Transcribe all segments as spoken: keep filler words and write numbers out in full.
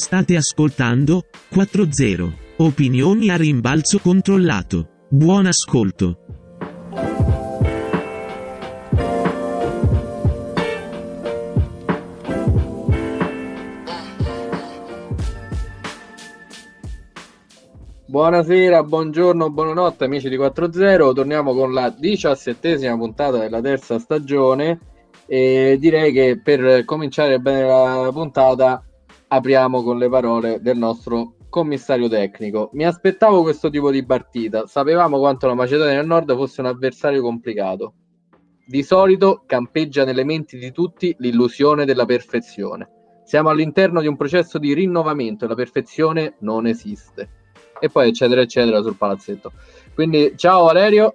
State ascoltando quattro zero. Opinioni a rimbalzo controllato. Buon ascolto. Buonasera, buongiorno, buonanotte amici di quattro zero, torniamo con la diciassettesima puntata della terza stagione e direi che per cominciare bene la puntata apriamo con le parole del nostro commissario tecnico. Mi aspettavo questo tipo di partita, sapevamo quanto la Macedonia del Nord fosse un avversario complicato. Di solito campeggia nelle menti di tutti l'illusione della perfezione. Siamo all'interno di un processo di rinnovamento e la perfezione non esiste. E poi eccetera eccetera sul palazzetto. Quindi ciao Valerio.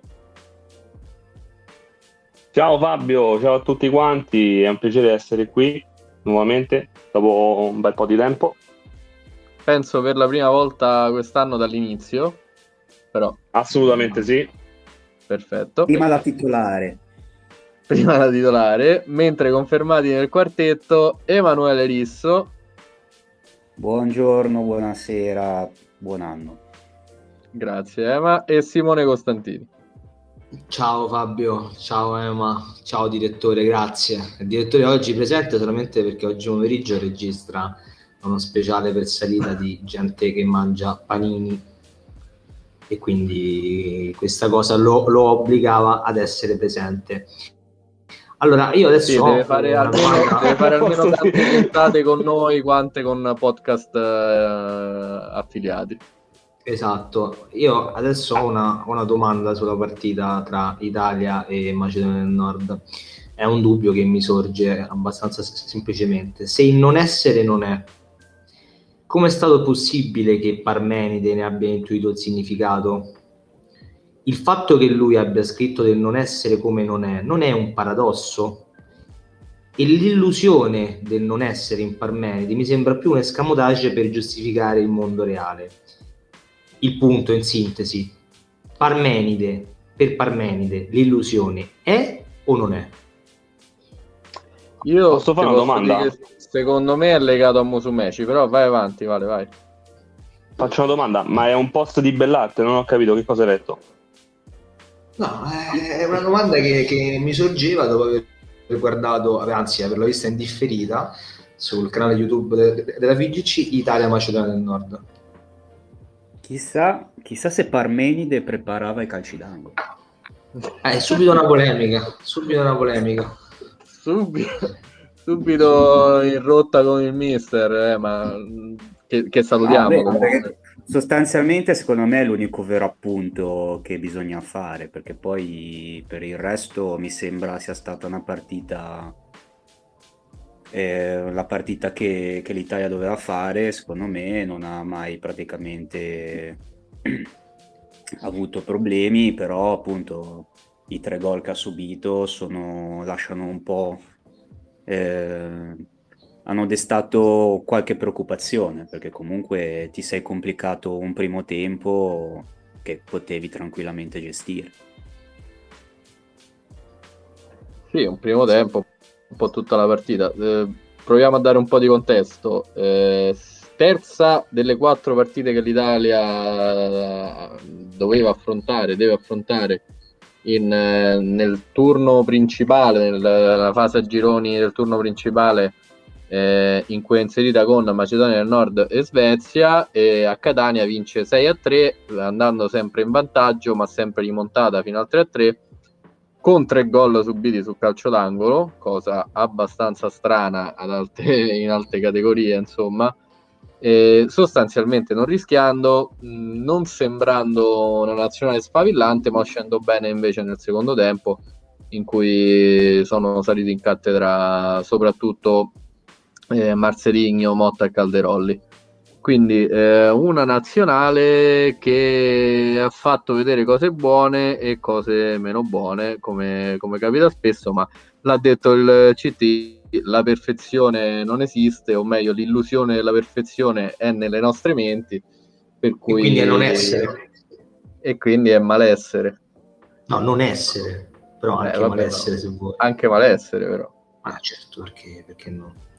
Ciao Fabio, ciao a tutti quanti, è un piacere essere qui nuovamente dopo un bel po' di tempo. Penso per la prima volta quest'anno dall'inizio, però assolutamente sì. Perfetto. Prima da titolare. Prima da titolare, mentre confermati nel quartetto Emanuele Risso. Buongiorno, buonasera, buon anno. Grazie Ema. E Simone Costantini. Ciao Fabio, ciao Ema, ciao direttore, grazie. Il direttore oggi presente solamente perché oggi pomeriggio registra uno speciale per salita di gente che mangia panini e quindi questa cosa lo, lo obbligava ad essere presente. Allora io adesso sì, deve fare almeno, deve fare almeno tante puntate con noi quante con podcast eh, affiliati. Esatto, io adesso ho una, una domanda sulla partita tra Italia e Macedonia del Nord. È un dubbio che mi sorge abbastanza semplicemente. Se il non essere non è, come è stato possibile che Parmenide ne abbia intuito il significato? Il fatto che lui abbia scritto del non essere come non è, non è un paradosso? E l'illusione del non essere in Parmenide mi sembra più un escamotage per giustificare il mondo reale. Il punto in sintesi: Parmenide, per Parmenide l'illusione è o non è? Io posso fare una domanda? Secondo me è legato a Musumeci, però vai avanti, Vale, vai. Faccio una domanda, ma è un post di Bellarte? Non ho capito che cosa hai detto. No, è una domanda che, che mi sorgeva dopo aver guardato, anzi averla vista in differita sul canale YouTube de- della V G C Italia Macedonia del Nord. Chissà, chissà se Parmenide preparava i calci d'angolo. Eh, subito una polemica, subito una polemica. Subito, subito in rotta con il mister, eh, ma che, che salutiamo. Ah, beh, sostanzialmente secondo me è l'unico vero appunto che bisogna fare, perché poi per il resto mi sembra sia stata una partita... Eh, la partita che, che l'Italia doveva fare, secondo me non ha mai praticamente avuto problemi, però appunto i tre gol che ha subito sono, lasciano un po' eh, hanno destato qualche preoccupazione, perché comunque ti sei complicato un primo tempo che potevi tranquillamente gestire. Sì, un primo tempo, un po' tutta la partita. Eh, proviamo a dare un po' di contesto. Eh, terza delle quattro partite che l'Italia doveva affrontare, deve affrontare in, eh, nel turno principale, nella fase a gironi del turno principale, eh, in cui è inserita con Macedonia del Nord e Svezia, e a Catania vince sei a tre, andando sempre in vantaggio, ma sempre rimontata fino al tre a tre. Con tre gol subiti sul calcio d'angolo, cosa abbastanza strana ad alte, in alte categorie, insomma, e sostanzialmente non rischiando, non sembrando una nazionale sfavillante, ma uscendo bene invece nel secondo tempo, in cui sono saliti in cattedra soprattutto eh, Marceligno, Motta e Calderolli. Quindi eh, una nazionale che ha fatto vedere cose buone e cose meno buone, come, come capita spesso, ma l'ha detto il C T, la perfezione non esiste, o meglio l'illusione della perfezione è nelle nostre menti, per cui... E quindi è non essere. E quindi è malessere. No, non essere, però anche eh, vabbè, malessere no. se vuoi. Anche malessere però. Ah certo, perché, perché no?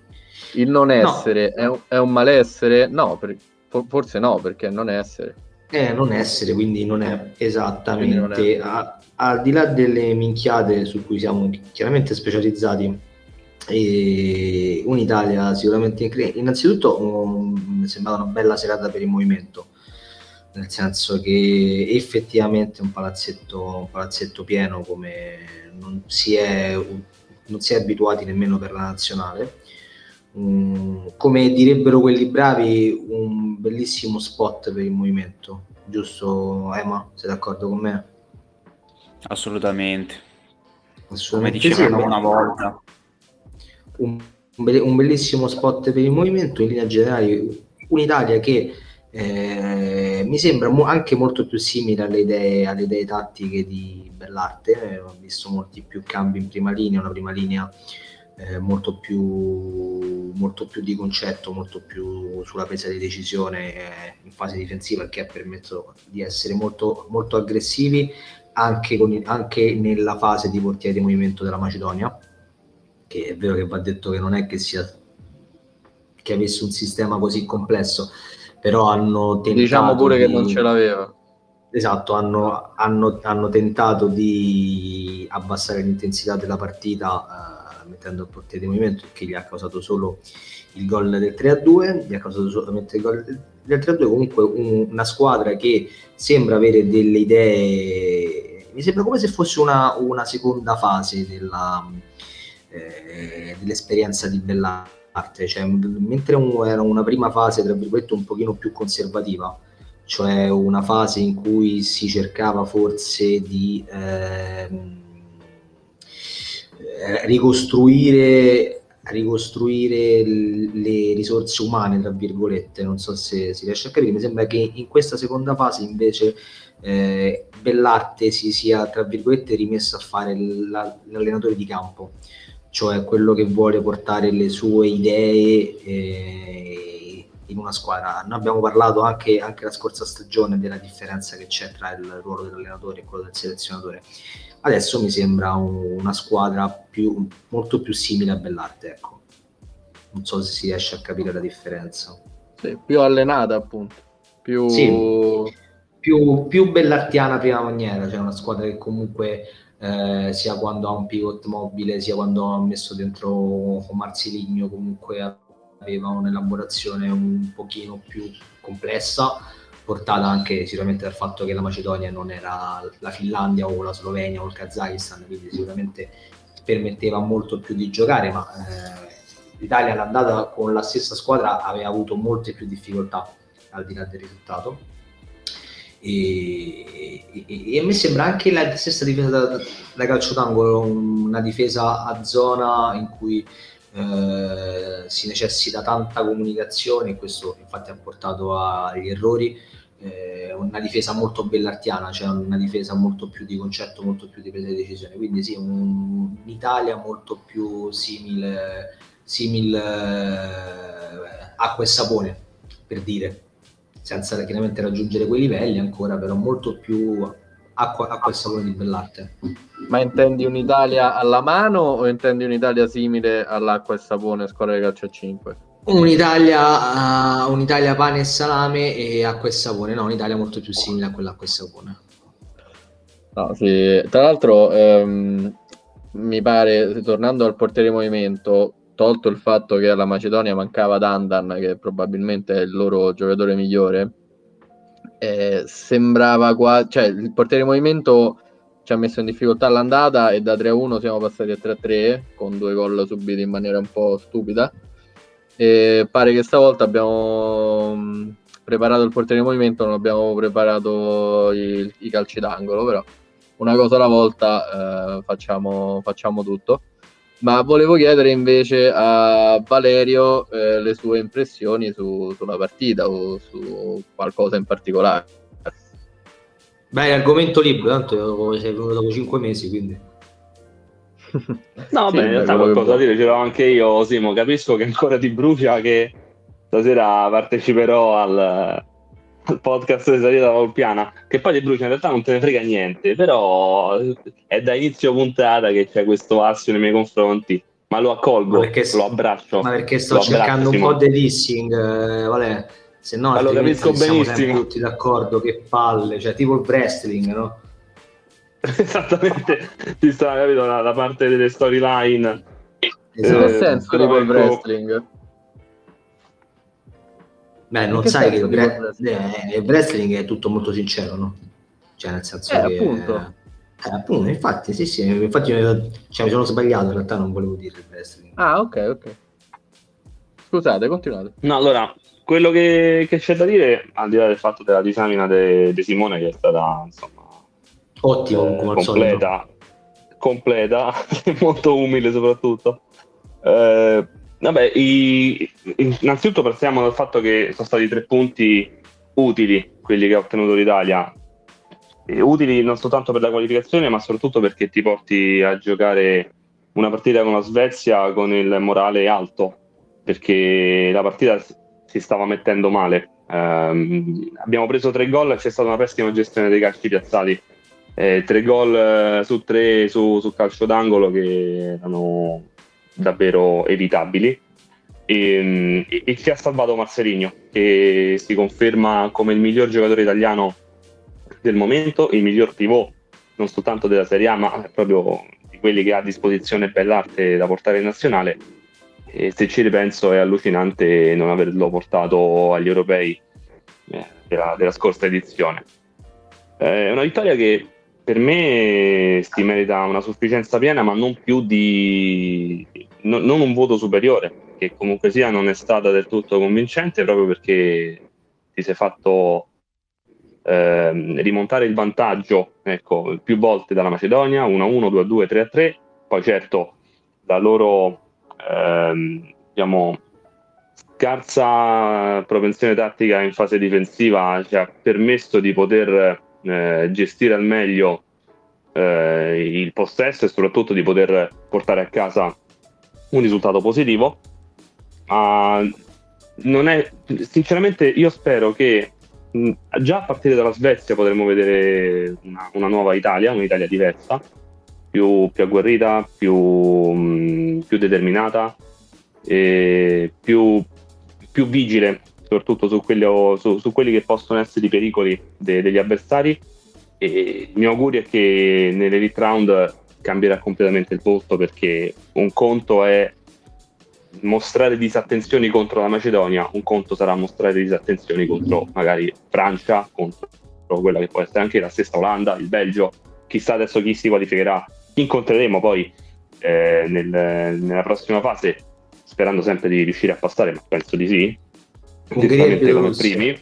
Il non No. essere è, un, è un malessere? No, per- for- forse no, perché non essere. Eh, non essere, quindi non è Quindi non esattamente. è. A- al di là delle minchiate su cui siamo chiaramente specializzati, e un'Italia sicuramente incredibile. Innanzitutto um, mi è sembrata una bella serata per il movimento, nel senso che effettivamente un palazzetto, un palazzetto pieno come non si è, non si è abituati nemmeno per la nazionale. Mm, come direbbero quelli bravi, un bellissimo spot per il movimento, giusto Emma? Sei d'accordo con me? Assolutamente. Come Assolutamente sì. dicevano una volta. Un, un be- un bellissimo spot per il movimento, in linea generale un'Italia che eh, mi sembra mo- anche molto più simile alle idee, alle idee tattiche di Bellarte. Eh, ho visto molti più cambi in prima linea, una prima linea eh, molto più molto più di concetto, molto più sulla presa di decisione eh, in fase difensiva, che ha permesso di essere molto, molto aggressivi anche, con, anche nella fase di portiere di movimento della Macedonia, che è vero che va detto che non è che sia che avesse un sistema così complesso, però hanno tentato Diciamo pure di... che non ce l'aveva. Esatto, hanno, hanno, hanno tentato di abbassare l'intensità della partita eh, mettendo il portiere di movimento, che gli ha causato solo il gol del tre a due, gli ha causato solamente il gol del tre a due. Comunque un, una squadra che sembra avere delle idee, mi sembra come se fosse una, una seconda fase della, eh, dell'esperienza di Bellarte, cioè, mentre un, era una prima fase tra virgolette un pochino più conservativa, cioè una fase in cui si cercava forse di ehm, ricostruire ricostruire le risorse umane, tra virgolette, non so se si riesce a capire. Mi sembra che in questa seconda fase invece eh, Bellarte si sia, tra virgolette, rimesso a fare la, l'allenatore di campo, cioè quello che vuole portare le sue idee eh, in una squadra. Noi abbiamo parlato anche, anche la scorsa stagione della differenza che c'è tra il ruolo dell'allenatore e quello del selezionatore. Adesso mi sembra un, una squadra più, molto più simile a Bellarte, ecco. Non so se si riesce a capire la differenza. Sì, più allenata, appunto. Più... Sì, più, più bellartiana prima maniera, cioè una squadra che comunque eh, sia quando ha un pivot mobile, sia quando ha messo dentro Marsiligno, comunque aveva un'elaborazione un pochino più complessa, portata anche sicuramente dal fatto che la Macedonia non era la Finlandia o la Slovenia o il Kazakistan, quindi sicuramente permetteva molto più di giocare, ma eh, l'Italia all'andata con la stessa squadra aveva avuto molte più difficoltà al di là del risultato. E, e, e a me sembra anche la stessa difesa da, da calcio d'angolo, una difesa a zona in cui eh, si necessita tanta comunicazione, e questo infatti ha portato agli errori. Eh, una difesa molto bellartiana, cioè una difesa molto più di concetto, molto più di presa di decisione, quindi sì, un, un'Italia molto più simile simile eh, acqua e sapone, per dire, senza chiaramente raggiungere quei livelli ancora, però molto più acqua, acqua e sapone di Bellarte. Ma intendi un'Italia alla mano o intendi un'Italia simile all'acqua e sapone squadra di calcio a cinque? Un'Italia, uh, un'Italia pane e salame e acqua e sapone, no, un'Italia molto più simile a quell'acqua e sapone. No, sì. Tra l'altro ehm, mi pare, tornando al portiere di movimento, tolto il fatto che alla Macedonia mancava Dandan, che probabilmente è il loro giocatore migliore, eh, sembrava qua, cioè il portiere di movimento ci ha messo in difficoltà all'andata e da tre a uno siamo passati a tre a tre con due gol subiti in maniera un po' stupida. E pare che stavolta abbiamo mh, preparato il portiere di movimento, non abbiamo preparato i, i calci d'angolo, però una cosa alla volta eh, facciamo, facciamo tutto. Ma volevo chiedere invece a Valerio eh, le sue impressioni su, sulla partita o su qualcosa in particolare. Beh, argomento libero, tanto sei venuto dopo cinque mesi, quindi... No, Sì, beh, in realtà quello che qualcosa da vuoi. dire ce l'ho anche io, Simo. Capisco che ancora ti brucia che stasera parteciperò al, al podcast di Salita Volpiana, che poi ti brucia, in realtà non te ne frega niente, però è da inizio puntata che c'è questo assio nei miei confronti, ma lo accolgo, ma perché, lo abbraccio. Ma perché sto cercando un po' di dissing, eh, vale, se no lo capisco siamo benissimo. sempre tutti d'accordo, che palle, cioè tipo il wrestling, no? Esattamente, ti sta capito la, la parte delle storyline. Esatto. Eh, che senso però tipo il ecco- wrestling? Beh, non che sai che senso il, tipo il bre- wrestling? eh, il wrestling è tutto molto sincero, no? Cioè nel senso Eh, che appunto. eh, appunto, infatti, sì, sì, infatti cioè, mi sono sbagliato, in realtà non volevo dire il wrestling. Ah, ok, ok. Scusate, continuate. No, allora, quello che, che c'è da dire, al di là del fatto della disamina di de Simone, che è stata insomma Ottimo, eh, come al completa, completa, molto umile soprattutto. Eh, vabbè, i, innanzitutto partiamo dal fatto che sono stati tre punti utili quelli che ha ottenuto l'Italia. E utili non soltanto per la qualificazione, ma soprattutto perché ti porti a giocare una partita con la Svezia con il morale alto, perché la partita si stava mettendo male. Um, abbiamo preso tre gol e c'è stata una pessima gestione dei calci piazzati. Eh, tre gol eh, su tre su, su calcio d'angolo che erano davvero evitabili. E, e, e ci ha salvato Marcelinho, che si conferma come il miglior giocatore italiano del momento, il miglior pivot non soltanto della Serie A, ma proprio di quelli che ha a disposizione bell'arte da portare in nazionale. E se ci ripenso è allucinante non averlo portato agli europei eh, della, della scorsa edizione. È una vittoria che per me si merita una sufficienza piena, ma non più di no, non un voto superiore, che comunque sia non è stata del tutto convincente, proprio perché ti sei fatto eh, rimontare il vantaggio, ecco, più volte dalla Macedonia, uno a uno, due a due, tre a tre. Poi certo la loro ehm, diciamo scarsa propensione tattica in fase difensiva ci ha permesso di poter eh, gestire al meglio eh, il possesso e soprattutto di poter portare a casa un risultato positivo. Ma non è, sinceramente io spero che mh, già a partire dalla Svezia potremo vedere una, una nuova Italia, un'Italia diversa, più, più agguerrita, più, mh, più determinata e più, più vigile soprattutto su, quello, su, su quelli che possono essere i pericoli de, degli avversari. E il mio augurio è che nell'Elite Round cambierà completamente il volto, perché un conto è mostrare disattenzioni contro la Macedonia, un conto sarà mostrare disattenzioni contro magari Francia, contro quella che può essere anche la stessa Olanda, il Belgio, chissà adesso chi si qualificherà, chi incontreremo poi eh, nel, nella prossima fase, sperando sempre di riuscire a passare, ma penso di sì, giustamente come primi.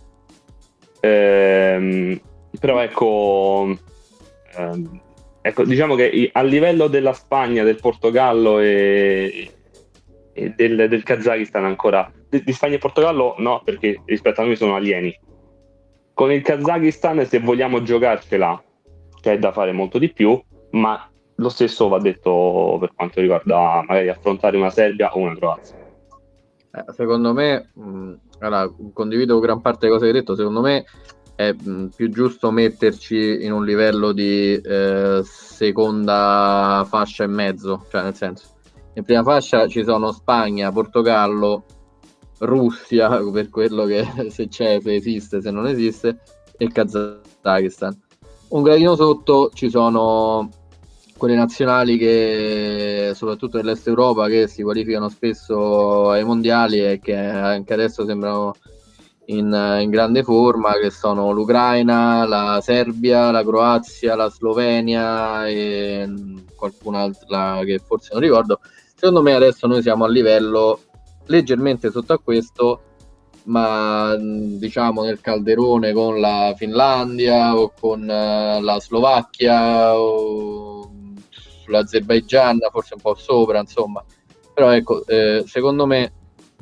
Ehm, però ecco, ehm, ecco, diciamo che a livello della Spagna, del Portogallo e, e del, del Kazakistan ancora, di, di Spagna e Portogallo no, perché rispetto a noi sono alieni. Con il Kazakistan, se vogliamo giocarcela, c'è da fare molto di più, ma lo stesso va detto per quanto riguarda magari affrontare una Serbia o una Croazia. Eh, secondo me, mh, allora, condivido gran parte delle cose che hai detto. Secondo me è mh, più giusto metterci in un livello di eh, seconda fascia e mezzo, cioè nel senso, in prima fascia ci sono Spagna, Portogallo, Russia, per quello che se c'è, se esiste, se non esiste, e Kazakistan. Un gradino sotto ci sono quelle nazionali che, soprattutto nell'est Europa, che si qualificano spesso ai mondiali e che anche adesso sembrano in, in grande forma, che sono l'Ucraina, la Serbia, la Croazia, la Slovenia e qualcun'altra che forse non ricordo. Secondo me adesso noi siamo a livello leggermente sotto a questo, ma diciamo nel calderone con la Finlandia o con uh, la Slovacchia o l'Azerbaigian, forse un po' sopra, insomma. Però ecco, eh, secondo me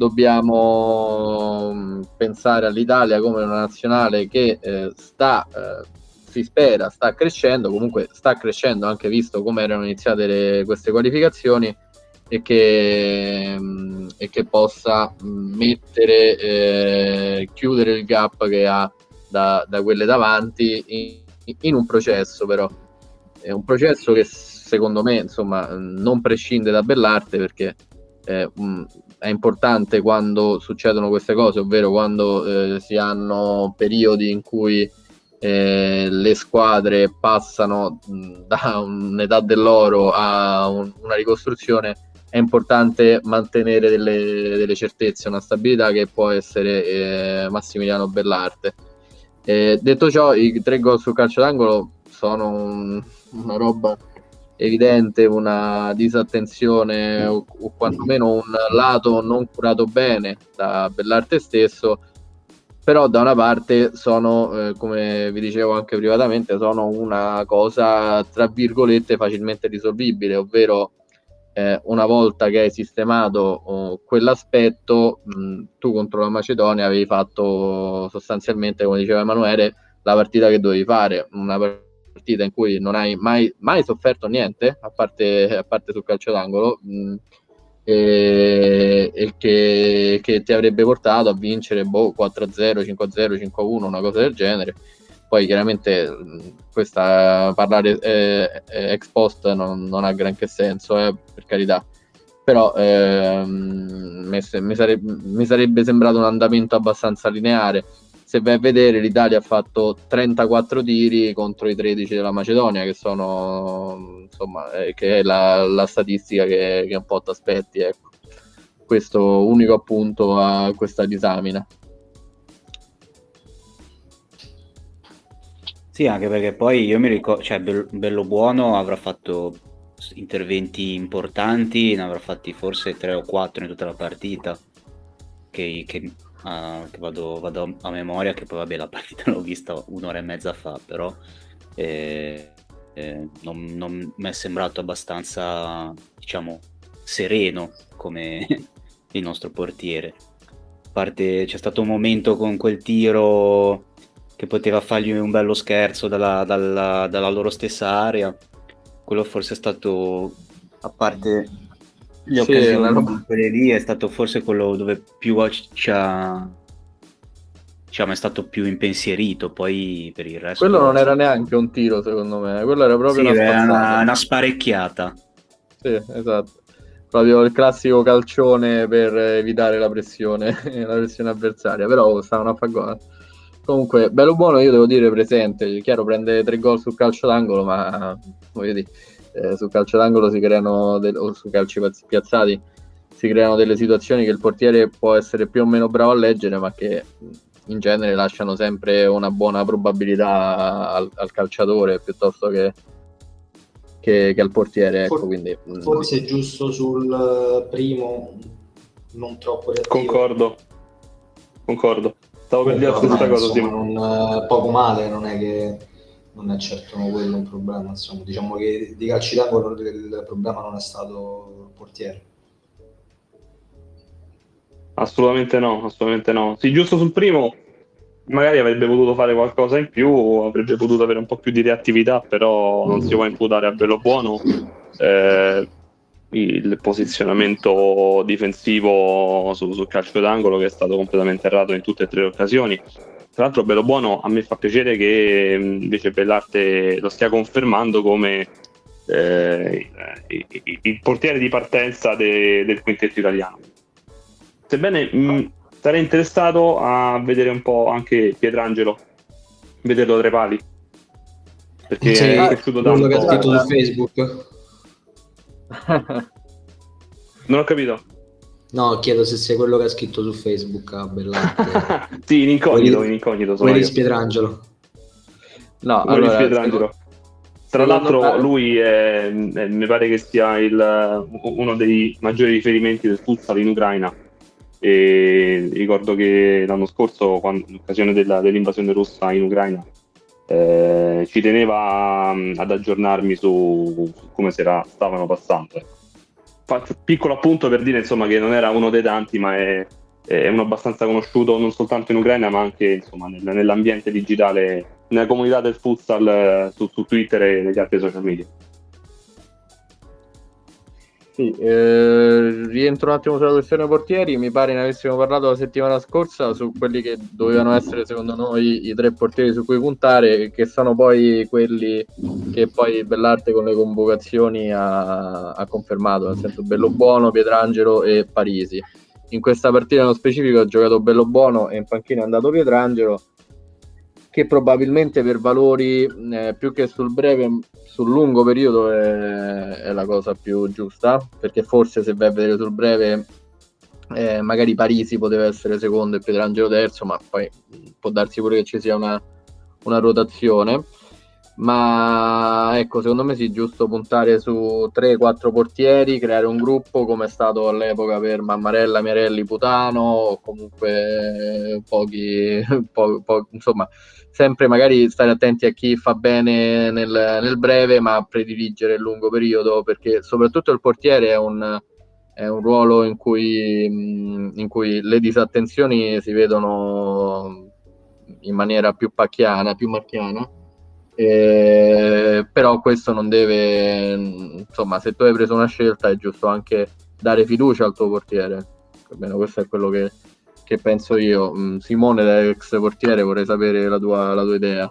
dobbiamo pensare all'Italia come una nazionale che eh, sta, eh, si spera, sta crescendo, comunque sta crescendo anche visto come erano iniziate le, queste qualificazioni, e che, mh, e che possa mettere, eh, chiudere il gap che ha da, da quelle davanti in, in un processo, però è un processo che secondo me insomma non prescinde da Bellarte, perché eh, mh, è importante quando succedono queste cose, ovvero quando eh, si hanno periodi in cui eh, le squadre passano mh, da un'età dell'oro a un, una ricostruzione. È importante mantenere delle, delle certezze, una stabilità, che può essere eh, Massimiliano Bellarte. Eh, detto ciò, i tre gol sul calcio d'angolo sono un, una roba evidente, una disattenzione o, o quantomeno un lato non curato bene da Bellarte stesso, però da una parte sono, eh, come vi dicevo anche privatamente, sono una cosa tra virgolette facilmente risolvibile, ovvero eh, una volta che hai sistemato oh, quell'aspetto, mh, tu contro la Macedonia avevi fatto sostanzialmente, come diceva Emanuele, la partita che dovevi fare, una partita in cui non hai mai, mai sofferto niente, a parte, a parte sul calcio d'angolo, mh, e, e che, che ti avrebbe portato a vincere boh, quattro a zero, cinque a zero, cinque a uno, una cosa del genere. Poi chiaramente questa parlare eh, ex post non, non ha granché senso, eh, per carità, però ehm, mi, mi, sarebbe, mi sarebbe sembrato un andamento abbastanza lineare. Se vai a vedere, l'Italia ha fatto trentaquattro tiri contro i tredici della Macedonia, che sono insomma eh, che è la, la statistica che, che un po' ti aspetti, ecco. Questo unico appunto a questa disamina. Sì, anche perché poi io mi ricordo, cioè Bello Buono avrà fatto interventi importanti, ne avrà fatti forse tre o quattro in tutta la partita, che, che, uh, che vado, vado a memoria, che poi vabbè la partita l'ho vista un'ora e mezza fa, però eh, eh, non, non mi è sembrato abbastanza, diciamo, sereno come il nostro portiere. A parte c'è stato un momento con quel tiro che poteva fargli un bello scherzo dalla, dalla, dalla loro stessa area, quello forse è stato, a parte le sì, occasioni, quelle lì, è stato forse quello dove più ci ha, diciamo, è stato più impensierito. Poi per il resto quello non era neanche un tiro, secondo me, quello era proprio sì, una spazzata, una, una sparecchiata. Sì, esatto, proprio il classico calcione per evitare la pressione la pressione avversaria, però stavano a fare gol. Comunque, Bello Buono, io devo dire presente, chiaro, prende tre gol sul calcio d'angolo, ma voglio dire, eh, sul calcio d'angolo si creano, del, o sui calci piazzati, si creano delle situazioni che il portiere può essere più o meno bravo a leggere, ma che in genere lasciano sempre una buona probabilità al, al calciatore piuttosto che, che, che al portiere. Ecco, quindi, forse è giusto sul primo, non troppo reattivo. Concordo, concordo. Stavo per dire la stessa cosa, sì. Non, poco male, non è che non è certo quello un problema, insomma. Diciamo che di calci d'angolo il problema non è stato il portiere. Assolutamente no, assolutamente no. Sì, giusto sul primo magari avrebbe potuto fare qualcosa in più, avrebbe potuto avere un po' più di reattività, però non si può imputare a Bello Buono eh, il posizionamento difensivo sul, sul calcio d'angolo, che è stato completamente errato in tutte e tre le occasioni. Tra l'altro Bello Buono, a me fa piacere che invece Bellarte lo stia confermando come eh, il, il portiere di partenza de, del quintetto italiano. Sebbene mh, sarei interessato a vedere un po' anche Pietrangelo, vederlo tra i pali, perché sì, è cresciuto tanto. Quello che ha scritto su Facebook. Non ho capito. No, chiedo se sei quello che ha scritto su Facebook a Bellarte. Sì, in incognito, Quelli, in incognito sono quelli io. di Pietrangelo. No, Quelli allora, Pietrangelo. Tra l'altro me... lui è, è, mi pare che sia il, uno dei maggiori riferimenti del futsal in Ucraina. E ricordo che l'anno scorso, quando, in occasione della, dell'invasione russa in Ucraina, eh, ci teneva um, ad aggiornarmi su, su come si era, stavano passando. Faccio un piccolo appunto per dire insomma che non era uno dei tanti, ma è, è uno abbastanza conosciuto non soltanto in Ucraina, ma anche insomma nel, nell'ambiente digitale, nella comunità del futsal su, su Twitter e negli altri social media. Sì, eh, rientro un attimo sulla questione portieri. Mi pare ne avessimo parlato la settimana scorsa su quelli che dovevano essere secondo noi i tre portieri su cui puntare, che sono poi quelli che poi Bellarte con le convocazioni ha, ha confermato, nel senso Bellobuono, Pietrangelo e Parisi. In questa partita nello specifico ha giocato Bellobuono e in panchina è andato Pietrangelo, che probabilmente per valori eh, più che sul breve, sul lungo periodo è, è la cosa più giusta, perché forse se vai a vedere sul breve eh, magari Parisi poteva essere secondo e Pietrangelo terzo, ma poi può darsi pure che ci sia una, una rotazione. Ma ecco, secondo me sì, giusto puntare su tre quattro portieri, creare un gruppo come è stato all'epoca per Mammarella, Miarelli, Putano, o comunque pochi, po- po- insomma, sempre magari stare attenti a chi fa bene nel, nel breve, ma prediligere il lungo periodo, perché soprattutto il portiere è un, è un ruolo in cui, in cui le disattenzioni si vedono in maniera più pacchiana, più macchiana. Eh, però questo non deve, insomma, se tu hai preso una scelta è giusto anche dare fiducia al tuo portiere, almeno questo è quello che, che penso io. Simone, da ex portiere, vorrei sapere la tua, la tua idea.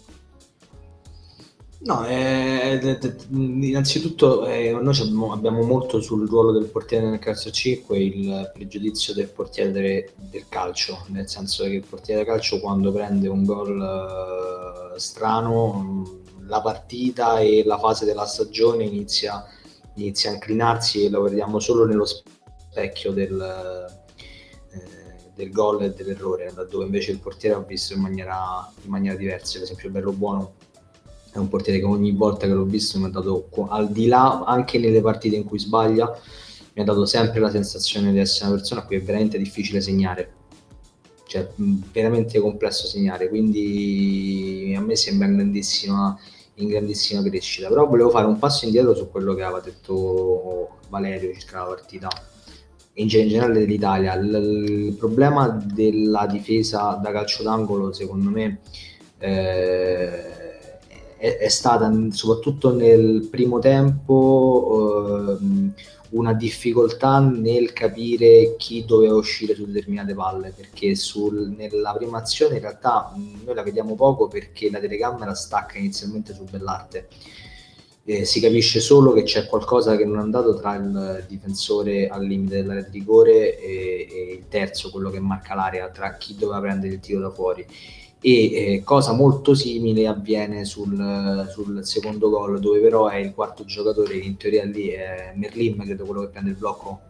No, eh, d- d- innanzitutto eh, noi abbiamo, abbiamo molto sul ruolo del portiere nel calcio a cinque il pregiudizio del portiere de- del calcio, nel senso che il portiere del calcio quando prende un gol eh, strano, la partita e la fase della stagione inizia, inizia a inclinarsi e lo vediamo solo nello specchio del, eh, del gol e dell'errore, laddove invece il portiere ha visto in maniera, in maniera diversa. Per esempio Bellobuono è un portiere che ogni volta che l'ho visto mi ha dato, al di là anche nelle partite in cui sbaglia, mi ha dato sempre la sensazione di essere una persona a cui è veramente difficile segnare, cioè veramente complesso segnare, quindi a me sembra in grandissima, in grandissima crescita. Però volevo fare un passo indietro su quello che aveva detto Valerio circa la partita in generale dell'Italia. Il, il problema della difesa da calcio d'angolo secondo me eh, è stata soprattutto nel primo tempo eh, una difficoltà nel capire chi doveva uscire su determinate palle, perché sul, nella prima azione in realtà noi la vediamo poco perché la telecamera stacca inizialmente su Bellarte. Eh, si capisce solo che c'è qualcosa che non è andato tra il difensore al limite dell'area di rigore e, e il terzo, quello che marca l'area, tra chi doveva prendere il tiro da fuori. E eh, cosa molto simile avviene sul, sul secondo gol, dove però è il quarto giocatore che in teoria lì è Merlim, credo, quello che prende il blocco.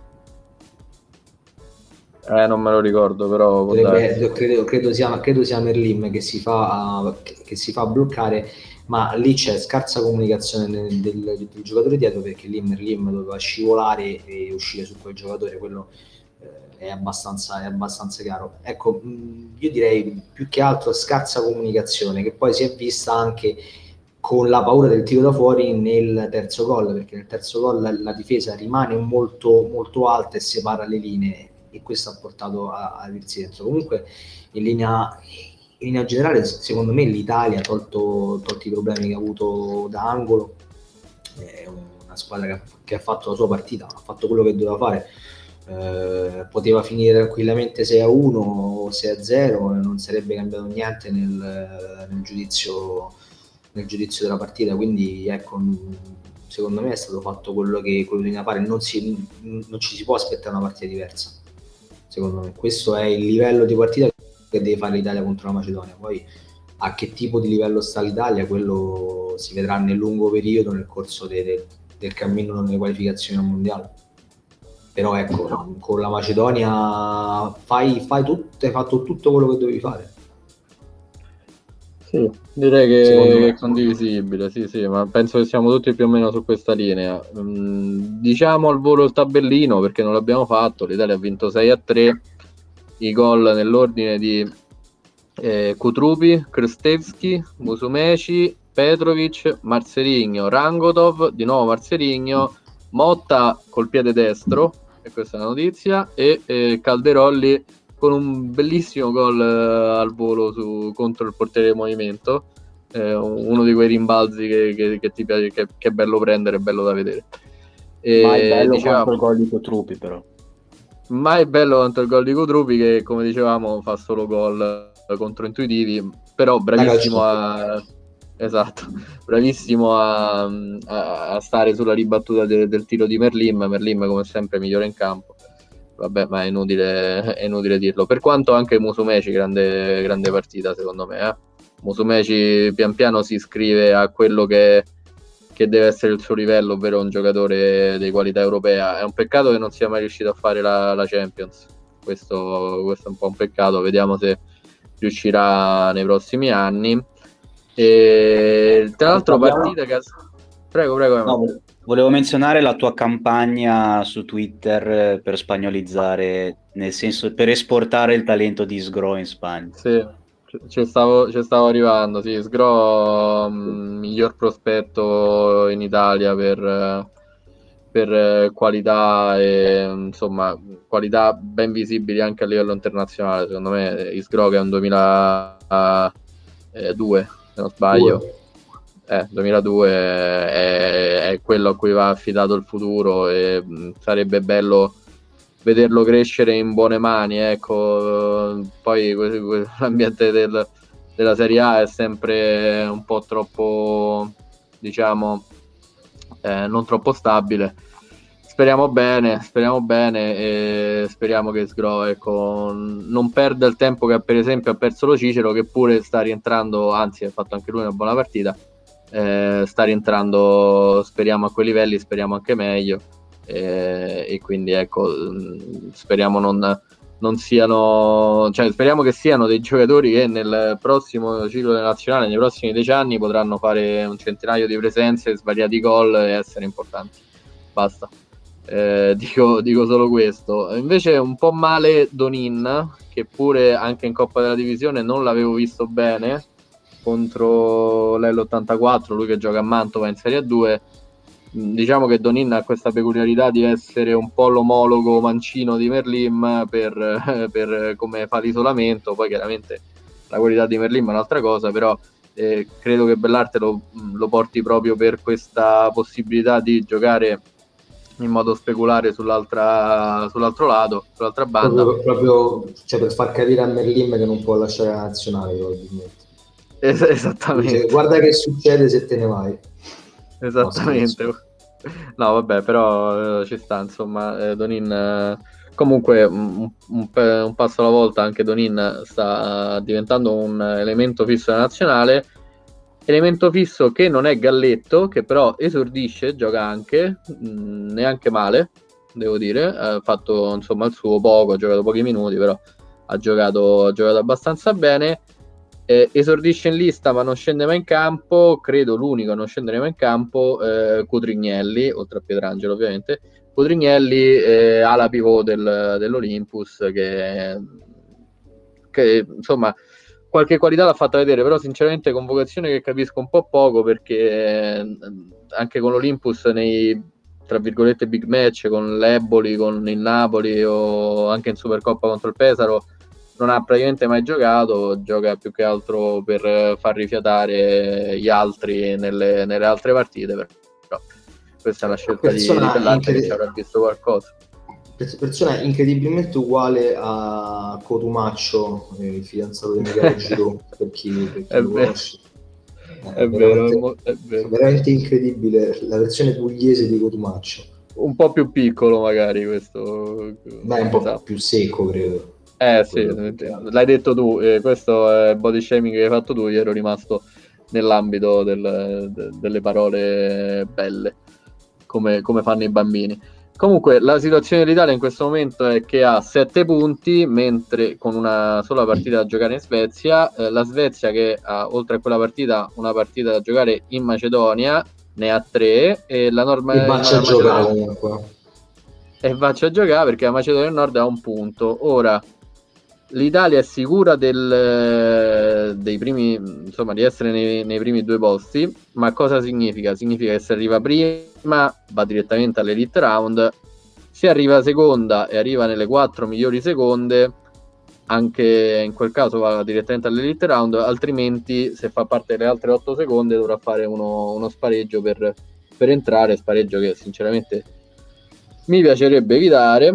Eh, non me lo ricordo, però Dovrebbe, credo, credo, sia, credo sia Merlim che si fa che, che si fa bloccare, ma lì c'è scarsa comunicazione del, del, del giocatore dietro, perché lì Merlim doveva scivolare e uscire su quel giocatore, quello è abbastanza, è abbastanza chiaro. Ecco, io direi più che altro scarsa comunicazione, che poi si è vista anche con la paura del tiro da fuori nel terzo gol, perché nel terzo gol la, la difesa rimane molto, molto alta e separa le linee, e questo ha portato a, a dirsi dentro. Comunque in linea, in linea generale secondo me l'Italia, tolto, tolti i problemi che ha avuto da angolo, è una squadra che, che ha fatto la sua partita, ha fatto quello che doveva fare. Eh, poteva finire tranquillamente sei a uno o sei a zero e non sarebbe cambiato niente nel, nel giudizio nel giudizio della partita, quindi ecco, secondo me è stato fatto quello che, quello che bisogna fare. Non, si, non ci si può aspettare una partita diversa, secondo me questo è il livello di partita che deve fare l'Italia contro la Macedonia. Poi a che tipo di livello sta l'Italia, quello si vedrà nel lungo periodo, nel corso de, de, del cammino nelle qualificazioni al mondiale. Però ecco, con la Macedonia fai, fai tutto, hai fatto tutto quello che dovevi fare. Sì, direi che è condivisibile, sì, sì, ma penso che siamo tutti più o meno su questa linea. Mm, diciamo al volo il tabellino, perché non l'abbiamo fatto. L'Italia ha vinto sei a tre, i gol nell'ordine di eh, Kutrupi, Krstevski, Musumeci, Petrovic, Marcerigno, Rangodov, di nuovo Marcerigno, Motta col piede destro, e questa è la notizia, e eh, Calderolli con un bellissimo gol eh, al volo su, contro il portiere del Movimento, eh, uno di quei rimbalzi che, che, che ti piace, che, che è bello prendere, è bello da vedere. E mai bello dicevamo, quanto il gol di Cotruppi, però. mai bello quanto il gol di Cotruppi, che come dicevamo fa solo gol controintuitivi, però bravissimo a... Esatto, bravissimo a, a, a stare sulla ribattuta de, del tiro di Merlim. Merlim come sempre migliore in campo, vabbè, ma è inutile, è inutile dirlo, per quanto anche Musumeci grande, grande partita secondo me, eh? Musumeci pian piano si iscrive a quello che, che deve essere il suo livello, ovvero un giocatore di qualità europea. È un peccato che non sia mai riuscito a fare la, la Champions, questo, questo è un po' un peccato, vediamo se riuscirà nei prossimi anni. E tra l'altro partita che... Prego, prego. No, volevo menzionare la tua campagna su Twitter per spagnolizzare, nel senso per esportare il talento di Sgro in Spagna. Sì, ci stavo, ci stavo arrivando, sì, Sgro mh, miglior prospetto in Italia per, per qualità e insomma qualità ben visibili anche a livello internazionale, secondo me Sgro, che è un duemiladue se non sbaglio, eh, duemiladue è, è quello a cui va affidato il futuro e mh, sarebbe bello vederlo crescere in buone mani, ecco. Poi l'ambiente del, della Serie A è sempre un po' troppo, diciamo, eh, non troppo stabile. Speriamo bene, speriamo bene e speriamo che Sgro, ecco, non perda il tempo che per esempio ha perso lo Cicero, che pure sta rientrando, anzi ha fatto anche lui una buona partita, eh, sta rientrando, speriamo a quei livelli, speriamo anche meglio. E, e quindi ecco, speriamo non, non siano, cioè speriamo che siano dei giocatori che nel prossimo ciclo nazionale, nei prossimi dieci anni, potranno fare un centinaio di presenze, svariati gol e essere importanti. Basta, eh, dico, dico solo questo. Invece un po' male Donin, che pure anche in Coppa della Divisione non l'avevo visto bene contro l'L ottantaquattro, lui che gioca a Mantova in Serie A due. Diciamo che Donin ha questa peculiarità di essere un po' l'omologo mancino di Merlim per, per come fa l'isolamento. Poi chiaramente la qualità di Merlim è un'altra cosa, però eh, credo che Bellarte lo, lo porti proprio per questa possibilità di giocare in modo speculare sull'altra, sull'altro lato, sull'altra banda, proprio, proprio cioè per far capire a Merlim che non può lasciare la nazionale, probabilmente. Es- esattamente. Dice, guarda che succede se te ne vai. Esattamente. No, no vabbè, però eh, ci sta, insomma, eh, Donin eh, comunque un, un, un passo alla volta. Anche Donin sta diventando un elemento fisso della nazionale, elemento fisso che non è Galletto, che però esordisce, gioca anche, mh, neanche male, devo dire, ha fatto insomma il suo poco, ha giocato pochi minuti, però ha giocato, ha giocato abbastanza bene. Eh, esordisce in lista ma non scende mai in campo, credo l'unico a non scendere mai in campo, eh, Cotrignelli, oltre a Pietrangelo ovviamente. Cotrignelli, eh, ala pivot del, dell'Olympus, che, che insomma qualche qualità l'ha fatta vedere, però sinceramente convocazione che capisco un po' poco, perché eh, anche con l'Olympus nei tra virgolette big match, con l'Eboli, con il Napoli o anche in Supercoppa contro il Pesaro, non ha praticamente mai giocato, gioca più che altro per far rifiatare gli altri nelle, nelle altre partite, però questa è una scelta di, di Bellarte che ci avrà visto qualcosa. Persona incredibilmente uguale a Cotumaccio, il fidanzato di Michele Giroud, per chi, per chi è lo vero. conosce. È, è, vero, è vero, è veramente incredibile la versione pugliese di Cotumaccio. Un po' più piccolo magari questo. Beh, un po' esatto. più secco, credo. Eh sì, l'hai detto tu, eh, questo è il body shaming che hai fatto tu, io ero rimasto nell'ambito del, de, delle parole belle, come, come fanno i bambini. Comunque la situazione dell'Italia in questo momento è che ha sette punti, mentre con una sola partita da giocare in Svezia, eh, la Svezia che ha oltre a quella partita una partita da giocare in Macedonia ne ha tre, e la Nord e va a giocare comunque. E faccia a giocare perché la Macedonia del Nord ha un punto. Ora l'Italia è sicura del, dei primi, insomma, di essere nei, nei primi due posti, ma cosa significa? Significa che se arriva prima va direttamente all'Elite Round, se arriva seconda e arriva nelle quattro migliori seconde, anche in quel caso va direttamente all'Elite Round, altrimenti se fa parte delle altre otto seconde dovrà fare uno, uno spareggio per, per entrare, spareggio che sinceramente mi piacerebbe evitare.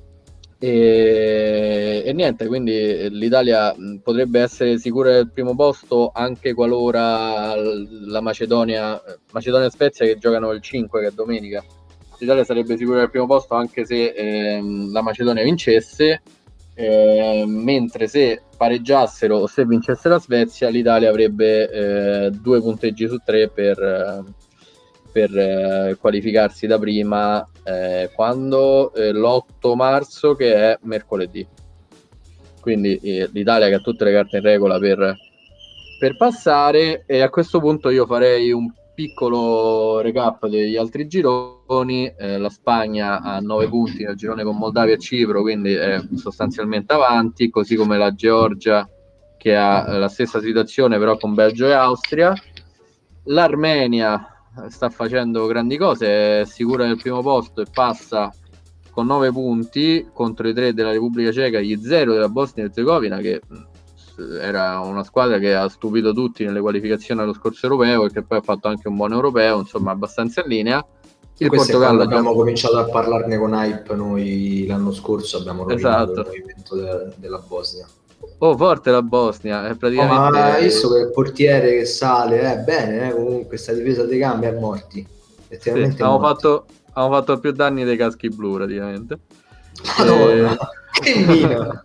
E, e niente, quindi l'Italia potrebbe essere sicura del primo posto anche qualora la Macedonia Macedonia e Spezia, che giocano il cinque, che è domenica, l'Italia sarebbe sicura del primo posto anche se ehm, la Macedonia vincesse, eh, mentre se pareggiassero o se vincesse la Svezia, l'Italia avrebbe eh, due punteggi su tre per, eh, per eh, qualificarsi da prima, eh, quando eh, l'otto marzo, che è mercoledì. Quindi eh, l'Italia che ha tutte le carte in regola per, per passare. E a questo punto io farei un piccolo recap degli altri gironi. Eh, la Spagna ha nove punti nel girone con Moldavia e Cipro, quindi è sostanzialmente avanti, così come la Georgia, che ha la stessa situazione però con Belgio e Austria. L'Armenia sta facendo grandi cose, è sicura del primo posto e passa con nove punti contro i tre della Repubblica Ceca, gli zero della Bosnia e Erzegovina, che era una squadra che ha stupito tutti nelle qualificazioni allo scorso europeo e che poi ha fatto anche un buon europeo, insomma abbastanza in linea. Il Portogallo abbiamo già... cominciato a parlarne con hype noi l'anno scorso, abbiamo rovinato esatto. il movimento de- della Bosnia. Oh, forte la Bosnia, è praticamente... Oh, ma hai visto che il portiere che sale, eh, bene, eh, comunque sta difesa dei cambi è morti. Sì, abbiamo, fatto, abbiamo fatto più danni dei caschi blu praticamente. Madonna, e... che mina!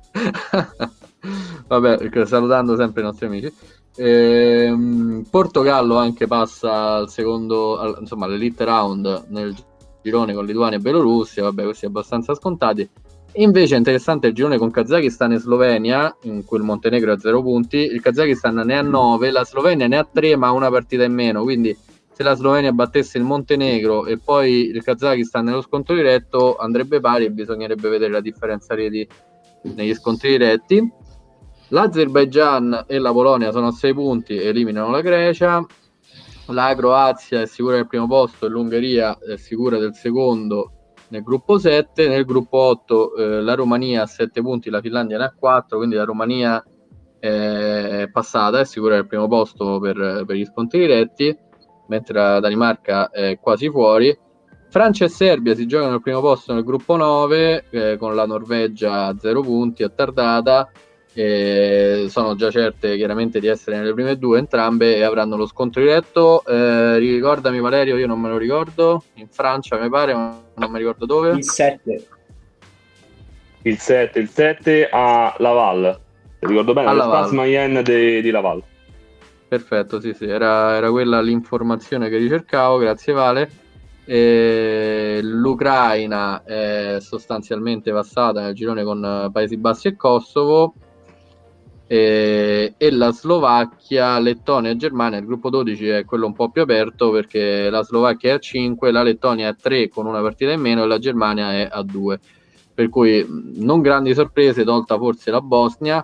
Vabbè, salutando sempre i nostri amici. Ehm, Portogallo anche passa al secondo, al, insomma all'elite round nel girone con Lituania e Belorussia, vabbè, questi abbastanza scontati. Invece è interessante il girone con Kazakistan e Slovenia, in cui il Montenegro ha zero punti, il Kazakistan ne ha nove, la Slovenia ne ha tre ma ha una partita in meno, quindi se la Slovenia battesse il Montenegro e poi il Kazakistan nello scontro diretto andrebbe pari e bisognerebbe vedere la differenza reti negli scontri diretti. L'Azerbaigian e la Polonia sono a sei punti e eliminano la Grecia, la Croazia è sicura del primo posto e l'Ungheria è sicura del secondo nel gruppo sette. Nel gruppo otto eh, la Romania ha sette punti, la Finlandia ne ha quattro, quindi la Romania è passata, è sicura del primo posto per, per gli scontri diretti, mentre la Danimarca è quasi fuori. Francia e Serbia si giocano al primo posto nel gruppo nove, eh, con la Norvegia a zero punti, attardata. E sono già certe chiaramente di essere nelle prime due entrambe e avranno lo scontro diretto. Eh, ricordami Valerio, io non me lo ricordo, in Francia mi pare, ma non mi ricordo dove. Il sette. Il sette, il sette a Laval, ti ricordo bene, lo Stade Mayenne di, di Laval. Perfetto, sì sì, era, era quella l'informazione che ricercavo, grazie Vale. E l'Ucraina è sostanzialmente passata nel girone con Paesi Bassi e Kosovo. E, e la Slovacchia, Lettonia e Germania, il gruppo dodici è quello un po' più aperto perché la Slovacchia è a cinque, la Lettonia è a tre con una partita in meno e la Germania è a due, per cui non grandi sorprese, tolta forse la Bosnia,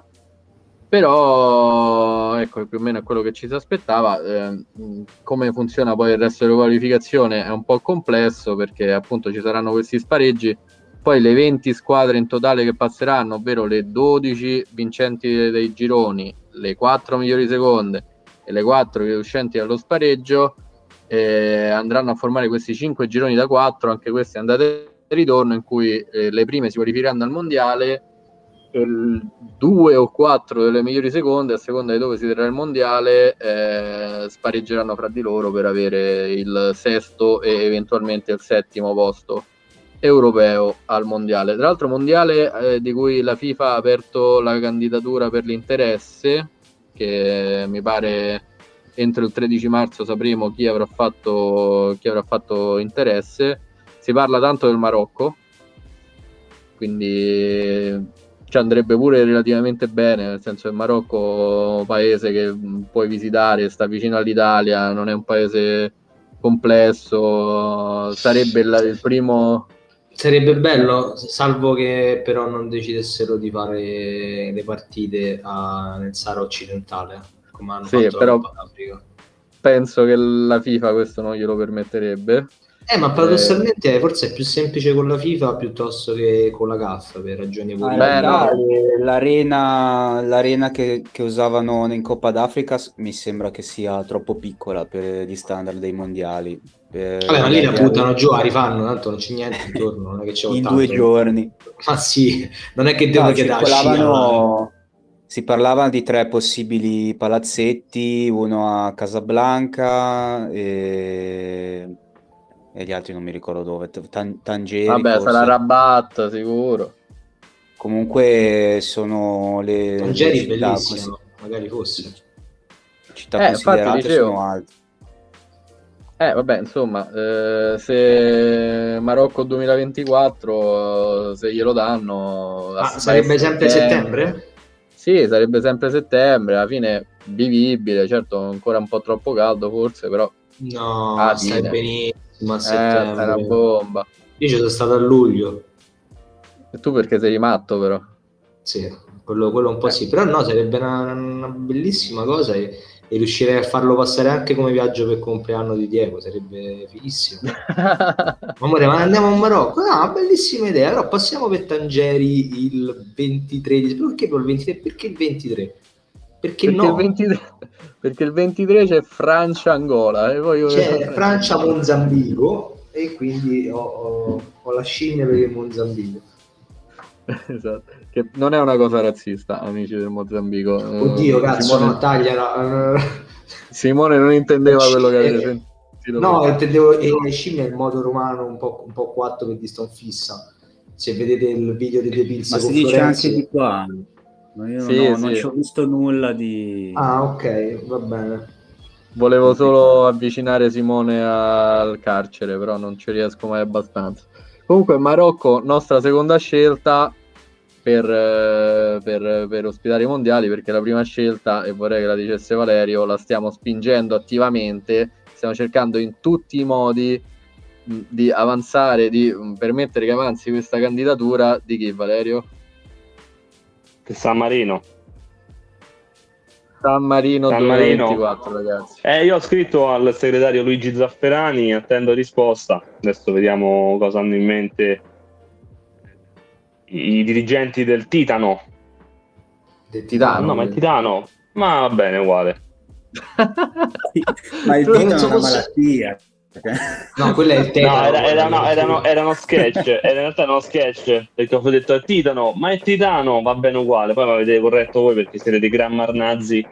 però ecco, più o meno è quello che ci si aspettava. Eh, come funziona poi il resto della qualificazione è un po' complesso perché appunto ci saranno questi spareggi. Poi le venti squadre in totale che passeranno, ovvero le dodici vincenti dei gironi, le quattro migliori seconde e le quattro uscenti dallo spareggio, eh, andranno a formare questi cinque gironi da quattro, anche questi andate e ritorno, in cui eh, le prime si qualificheranno al mondiale, e due o quattro delle migliori seconde, a seconda di dove si terrà il mondiale, eh, spareggeranno fra di loro per avere il sesto e eventualmente il settimo posto europeo al mondiale. Tra l'altro mondiale eh, di cui la FIFA ha aperto la candidatura per l'interesse, che mi pare entro il tredici marzo sapremo chi avrà fatto chi avrà fatto interesse. Si parla tanto del Marocco, quindi ci andrebbe pure relativamente bene, nel senso che il Marocco è un paese che puoi visitare, sta vicino all'Italia, non è un paese complesso, sarebbe il, il primo... Sarebbe bello, salvo che però non decidessero di fare le partite a, nel Sahara occidentale, come hanno sì, fatto però l'Africa. Penso che la FIFA questo non glielo permetterebbe. Eh, ma paradossalmente eh... forse è più semplice con la FIFA piuttosto che con la C A F per ragioni politiche. Ah, no. L'arena, l'arena che, che usavano in Coppa d'Africa mi sembra che sia troppo piccola per gli standard dei mondiali. Eh, Vabbè, ma lì la magari buttano giù, la rifanno, tanto non c'è niente intorno, non è che c'è in tanto. due giorni. Ma sì, non è che devono No, chiedere a scia, circolavano, si parlava di tre possibili palazzetti, uno a Casablanca e, e gli altri non mi ricordo dove, Tan- Tangeri Vabbè, forse. sarà Rabat, sicuro. Comunque sono le, le Tangeri città, bellissimo, consi- magari fosse. città Eh, infatti considerate dicevo- sono alte. Eh, vabbè, insomma, eh, se Marocco duemilaventiquattro, se glielo danno... Ma a- sarebbe a sempre settembre? Sì, sarebbe sempre settembre, alla fine vivibile, certo ancora un po' troppo caldo forse, però No, Ah, stai fine. benissimo a eh, sta una settembre. bomba. Io ci sono stato a luglio, E tu perché sei matto però? sì, quello, quello un po' Eh. sì, però no, sarebbe una, una bellissima cosa e, e riuscirei a farlo passare anche come viaggio per compleanno di Diego, sarebbe fighissimo. Amore, ma andiamo a Marocco? No, bellissima idea, però passiamo per Tangeri il ventitré, di- perché proprio il ventitré? Perché il ventitré? Perché, Perché, no? il ventitré, perché il ventitré c'è Francia-Angola e poi io C'è Francia-Mozambico e quindi ho, ho, ho la scimmia per il Mozambico. Esatto, che non è una cosa razzista, amici del Mozambico. Oddio, Eh, cazzo, Simone, no, tagliala. Simone non intendeva quello che avete Eh, sentito. No, prima. intendevo e le scimmie il modo romano un po', un po' quattro per di stonfissa. Se vedete il video di De Pilse Ma con si dice Florenzi... anche di qua. Ma io Sì, non, ho- sì. non ci ho visto nulla di... Ah, ok, va bene. Volevo solo avvicinare Simone al carcere, però non ci riesco mai abbastanza. Comunque, Marocco, nostra seconda scelta per, eh, per, per ospitare i mondiali, perché la prima scelta, e vorrei che la dicesse Valerio, la stiamo spingendo attivamente, stiamo cercando in tutti i modi mh, di avanzare, di mh, permettere che avanzi questa candidatura. Di chi, Valerio? San Marino. San Marino San Marino. duemilaventiquattro, ragazzi. Eh, io ho scritto al segretario Luigi Zafferani, attendo risposta. Adesso vediamo cosa hanno in mente i, i dirigenti del Titano. Del Titano. No, ma è Titano. Ma va bene, uguale. Ma il Tu- titolo è penso una fosse- malattia. No, quello è il No, tetano. era, era, no, era, no, era uno sketch, era in realtà uno sketch, perché ho detto è Titano, ma è Titano, va bene uguale, poi l'avete corretto voi perché siete dei gran marnazzi.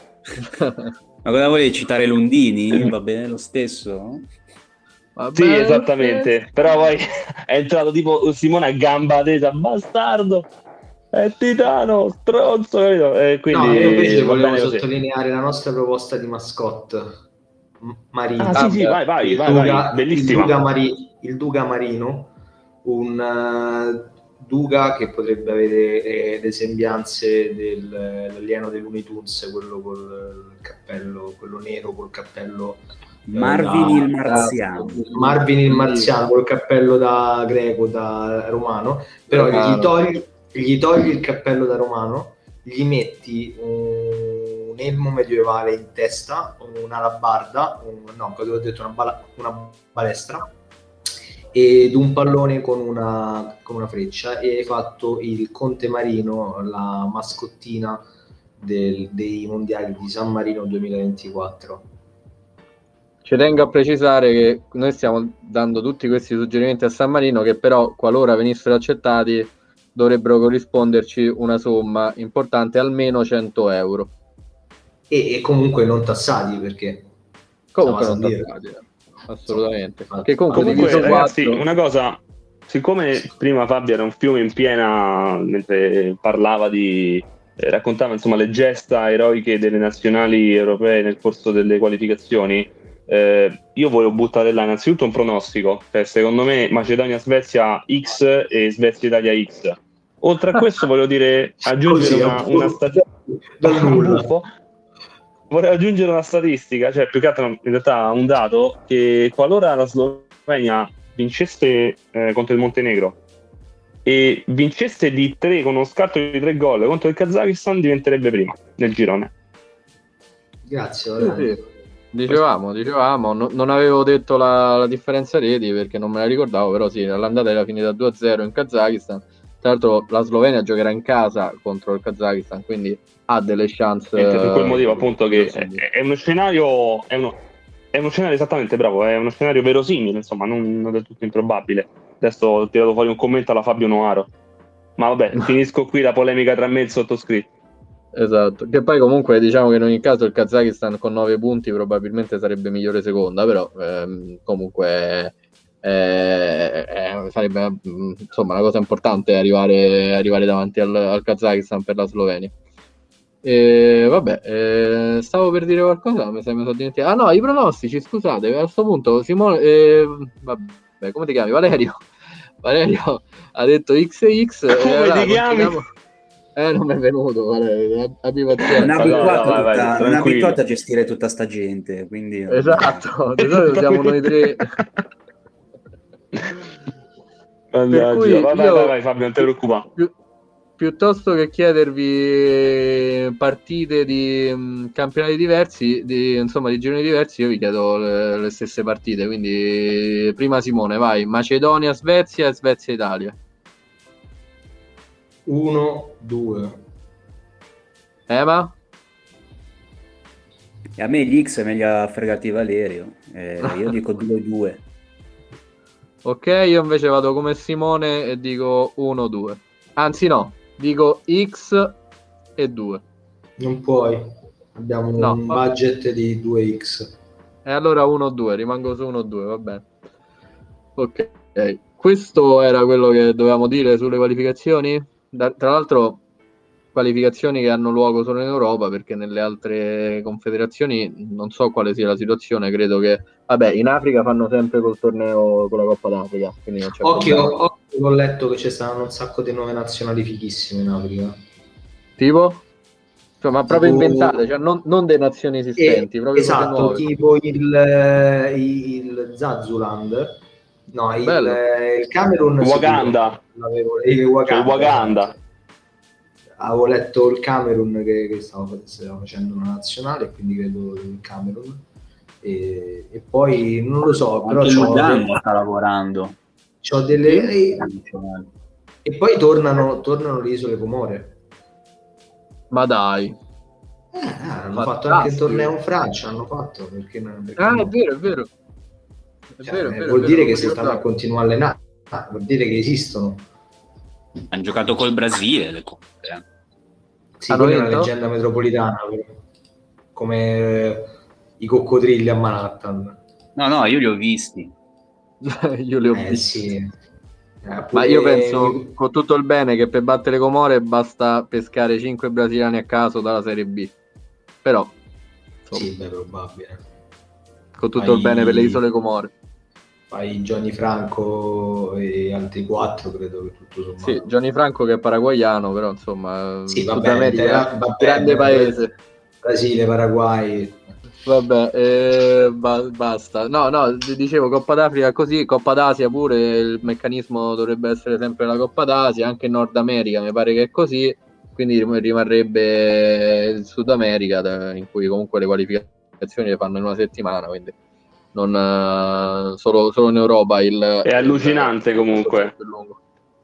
Ma cosa volevi citare Lundini? Va bene lo stesso? Va Sì, bene, esattamente, sì. però poi è entrato tipo Simone a gamba tesa, bastardo, è Titano, stronzo, capito? E quindi No, io invece va volevo bene così. sottolineare la nostra proposta di mascotte. M- Marino. Ah, sì, sì, vai, vai, il vai, Duca, vai, bellissima. Il Duca, Mari- il Duca Marino, un uh, Duca che potrebbe avere eh, le sembianze dell'alieno dei Looney Tunes, quello col cappello, quello nero col cappello. Marvin da- il marziano. Marvin il marziano col cappello da greco, da romano, però Romano. gli togli, gli togli il cappello da romano, gli metti un, un elmo medievale in testa, un'alabarda, un, no, cosa ho detto, una, bala, una balestra ed un pallone con una, con una freccia e hai fatto il Conte Marino, la mascottina del, dei mondiali di San Marino duemilaventiquattro. Ci tengo a precisare che noi stiamo dando tutti questi suggerimenti a San Marino, che però qualora venissero accettati dovrebbero corrisponderci una somma importante, almeno cento euro. E, e comunque non tassati, perché Comunque non stava a dire. tassati, assolutamente. Infatti. Che comunque, Comunque, diviso ragazzi, quattro- una cosa, siccome prima Fabio era un fiume in piena mentre parlava di eh, raccontava insomma le gesta eroiche delle nazionali europee nel corso delle qualificazioni, eh, io volevo buttare là innanzitutto un pronostico, cioè, secondo me Macedonia-Svezia X e Svezia-Italia X. Oltre a questo voglio dire aggiungere Così, una, un una po' statistica. dal nulla. Vorrei aggiungere una statistica, cioè più che altro in realtà un dato, che qualora la Slovenia vincesse eh, contro il Montenegro e vincesse di tre con uno scarto di tre gol contro il Kazakistan, diventerebbe prima nel girone. Grazie, Sì, Valerio. sì. Dicevamo, dicevamo, no- non avevo detto la, la differenza reti perché non me la ricordavo, però sì, l'andata era finita due a zero in Kazakistan. Tra l'altro la Slovenia giocherà in casa contro il Kazakistan, quindi ha delle chance. Niente, per quel motivo appunto che eh, è, è uno scenario, è uno, è uno scenario esattamente bravo, è uno scenario verosimile, insomma, non, non del tutto improbabile. Adesso ho tirato fuori un commento alla Fabio Noaro, ma vabbè, finisco qui la polemica tra me e il sottoscritto. Esatto, che poi comunque diciamo che in ogni caso il Kazakistan con nove punti probabilmente sarebbe migliore seconda, però ehm, comunque eh, eh, sarebbe insomma una cosa importante arrivare, arrivare davanti al, al Kazakistan per la Slovenia. E vabbè, eh, stavo per dire qualcosa, ma mi sa mi sono dimenticato. Ah no, i pronostici, scusate, a questo punto Simone, eh, vabbè, come ti chiami? Valerio? Valerio ha detto X e X. Come e allora ti chiami? continuiamo... Eh, non mi è venuto, Valerio, abbi pazienza. Non è No, abituato, no, vai, vai, tutta- non è tranquillo. abituato a gestire tutta sta gente, quindi Esatto, di solito siamo noi tre. Mannaggia. cui vai, vai, io- vai, vai, Fabio, non ti preoccupare. Pi- piuttosto che chiedervi partite di mh, campionati diversi, di, insomma di gironi diversi, io vi chiedo le, le stesse partite. Quindi prima Simone, vai. Macedonia, Svezia e Svezia, Italia. uno due. Ema? E a me gli X me li ha fregati Valerio, eh, io dico due due. Ok, io invece vado come Simone e dico uno due. Anzi no, dico X e due. Non puoi. Abbiamo No, un va- budget di due X. E allora uno due, rimango su uno due, va bene. Ok, questo era quello che dovevamo dire sulle qualificazioni. Da- tra l'altro, qualificazioni che hanno luogo solo in Europa, perché nelle altre confederazioni non so quale sia la situazione. Credo che, vabbè, in Africa fanno sempre col torneo con la Coppa d'Africa. Quindi non c'è Occhio, problema. occhio, ho letto che ci stanno un sacco di nuove nazionali fighissime in Africa. Tipo? Cioè, ma proprio Tipo- inventate, cioè non, non delle nazioni esistenti, Eh, proprio cose esatto, nuove. tipo il, eh, il Zazuland, no, il, Bello. eh, il Camerun, Waganda. sicuro, l'avevo- il Waganda, Cioè, Waganda. avevo letto il Camerun che, che stava, stava facendo una nazionale, quindi credo il Camerun, e, e poi non lo so, però Anche c'ho, Lugano sta lavorando. c'ho delle e, e poi tornano, tornano le isole Comore. Ma dai. Eh, hanno Fantastico. fatto anche il torneo in Francia, hanno fatto, perché non, perché Ah, no? è vero, è vero. È Cioè, vero, è eh, vero, vuol è dire vero, che non si mi stanno a ricordavo. continuare a allenare, ah, vuol dire che esistono. Hanno giocato col Brasile le coppe, eh. Sì, Hanno quella è una vinto? leggenda metropolitana, però. Come eh, i coccodrilli a Manhattan. No, no, io li ho visti. Io li ho Eh visti. sì. Eh, Ma pure- io penso, con tutto il bene, che per battere Comore basta pescare cinque brasiliani a caso dalla Serie B. Però, insomma, Sì, beh, probabile. con tutto Fai- il bene per le isole Comore. Fai Johnny Franco e altri quattro, credo che tutto sommato. Sì, Gianni Franco che è paraguayano, però insomma, Sì, va Sud bene, America, va bene, grande va bene. paese. Brasile, Paraguay. Vabbè, eh, ba- basta. No, no, d- dicevo Coppa d'Africa così, Coppa d'Asia pure, il meccanismo dovrebbe essere sempre la Coppa d'Asia, anche in Nord America mi pare che è così, quindi rim- rimarrebbe il Sud America, da- in cui comunque le qualificazioni le fanno in una settimana, quindi non eh, solo, solo in Europa il È allucinante il- comunque. il più lungo.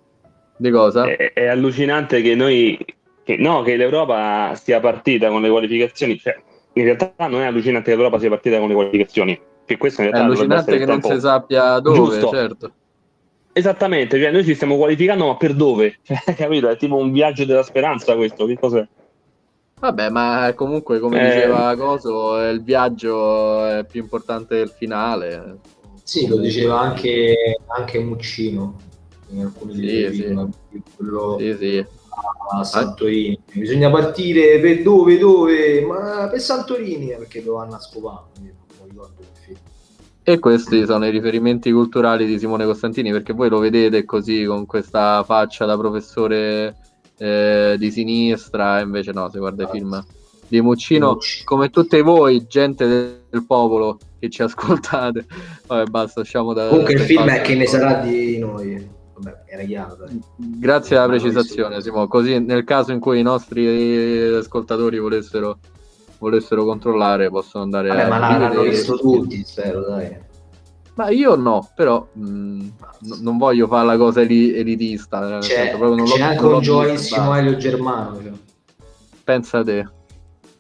Di cosa? È, è allucinante che noi, che, no, che l'Europa sia partita con le qualificazioni, cioè in realtà non è allucinante che l'Europa sia partita con le qualificazioni, che questo in È realtà dovrebbe allucinante essere che il non tempo si sappia dove, giusto. certo. Esattamente, cioè noi ci stiamo qualificando, ma per dove? Cioè, capito? È tipo un viaggio della speranza questo, che cos'è? Vabbè, ma comunque, come Eh. diceva Coso, il viaggio è più importante del finale. Sì, lo diceva anche, anche Muccino in alcuni Sì, dei sì. film, quello Sì, sì. a Santorini. Bisogna partire per dove, dove? Ma per Santorini, eh, perché lo vanno a scopare. Non mi ricordo il film. E questi sono i riferimenti culturali di Simone Costantini, perché voi lo vedete così, con questa faccia da professore eh, di sinistra, e invece no, se guarda i film di Muccino, Mucci. come tutte voi, gente del popolo che ci ascoltate. Vabbè, basta, usciamo da... Comunque il del film è passo. Che ne sarà di noi. Vabbè, era chiaro, dai. Grazie alla Ma noi precisazione, sì. Simo. Così nel caso in cui i nostri ascoltatori volessero, volessero controllare, possono andare Vabbè, a ma l'hanno rivedere. visto tutti, spero, dai. Ma io no, però mh, n- non voglio fare la cosa eli- elitista. nel C'è, senso, proprio non c'è l'ho- anche non l'ho un visto e giovanissimo basta. Elio Germano. Cioè. Pensa te.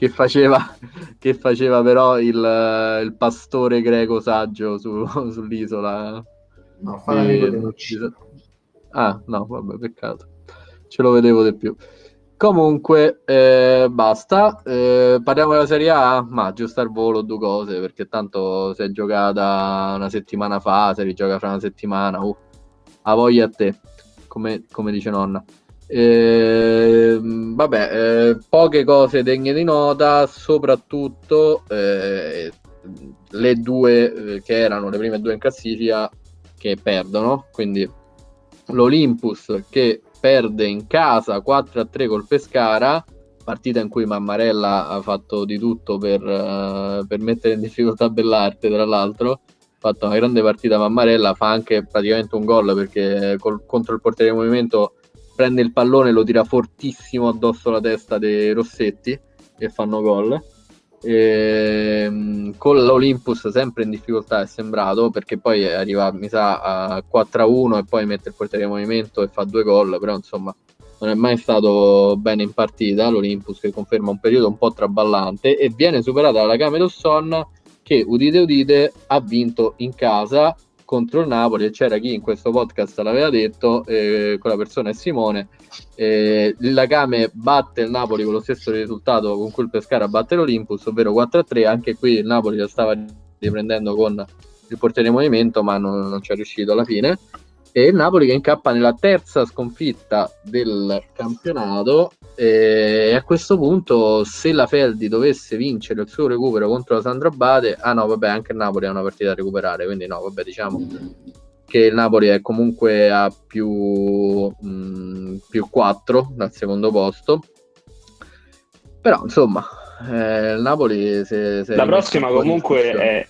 che faceva, che faceva però il, il pastore greco saggio su, sull'isola. No, fa l'amico di Nucci. Ah, no, vabbè, peccato. Ce lo vedevo di più. Comunque, eh, basta. Eh, parliamo della Serie A? Ma giusto al volo due cose, perché tanto si è giocata una settimana fa, si rigioca fra una settimana. Uh, a voglia a te, come, come dice nonna. Eh, vabbè, eh, poche cose degne di nota, soprattutto eh, le due eh, che erano le prime due in classifica che perdono, quindi l'Olympus che perde in casa quattro a tre col Pescara, partita in cui Mammarella ha fatto di tutto per, uh, per mettere in difficoltà Bellarte, tra l'altro ha fatto una grande partita Mammarella, fa anche praticamente un gol perché col, contro il portiere di movimento prende il pallone e lo tira fortissimo addosso alla testa dei Rossetti e fanno gol. E, con l'Olympus sempre in difficoltà è sembrato, perché poi arriva mi sa a quattro a uno e poi mette il portiere di movimento e fa due gol, però insomma non è mai stato bene in partita l'Olympus, che conferma un periodo un po' traballante e viene superata dalla Camerosson che, udite udite, ha vinto in casa contro il Napoli, e c'era chi in questo podcast l'aveva detto, eh, quella persona è Simone. Eh, il Lagame batte il Napoli con lo stesso risultato con cui il Pescara batte l'Olympus, ovvero quattro a tre. Anche qui il Napoli lo stava riprendendo con il portiere in movimento, ma non, non ci è riuscito alla fine, e il Napoli che incappa nella terza sconfitta del campionato. E a questo punto, se la Feldi dovesse vincere il suo recupero contro la Sandro Abate, ah no vabbè, anche il Napoli ha una partita da recuperare, quindi no vabbè, diciamo che il Napoli è comunque a più mh, più quattro dal secondo posto, però insomma eh, il Napoli se, se la prossima comunque è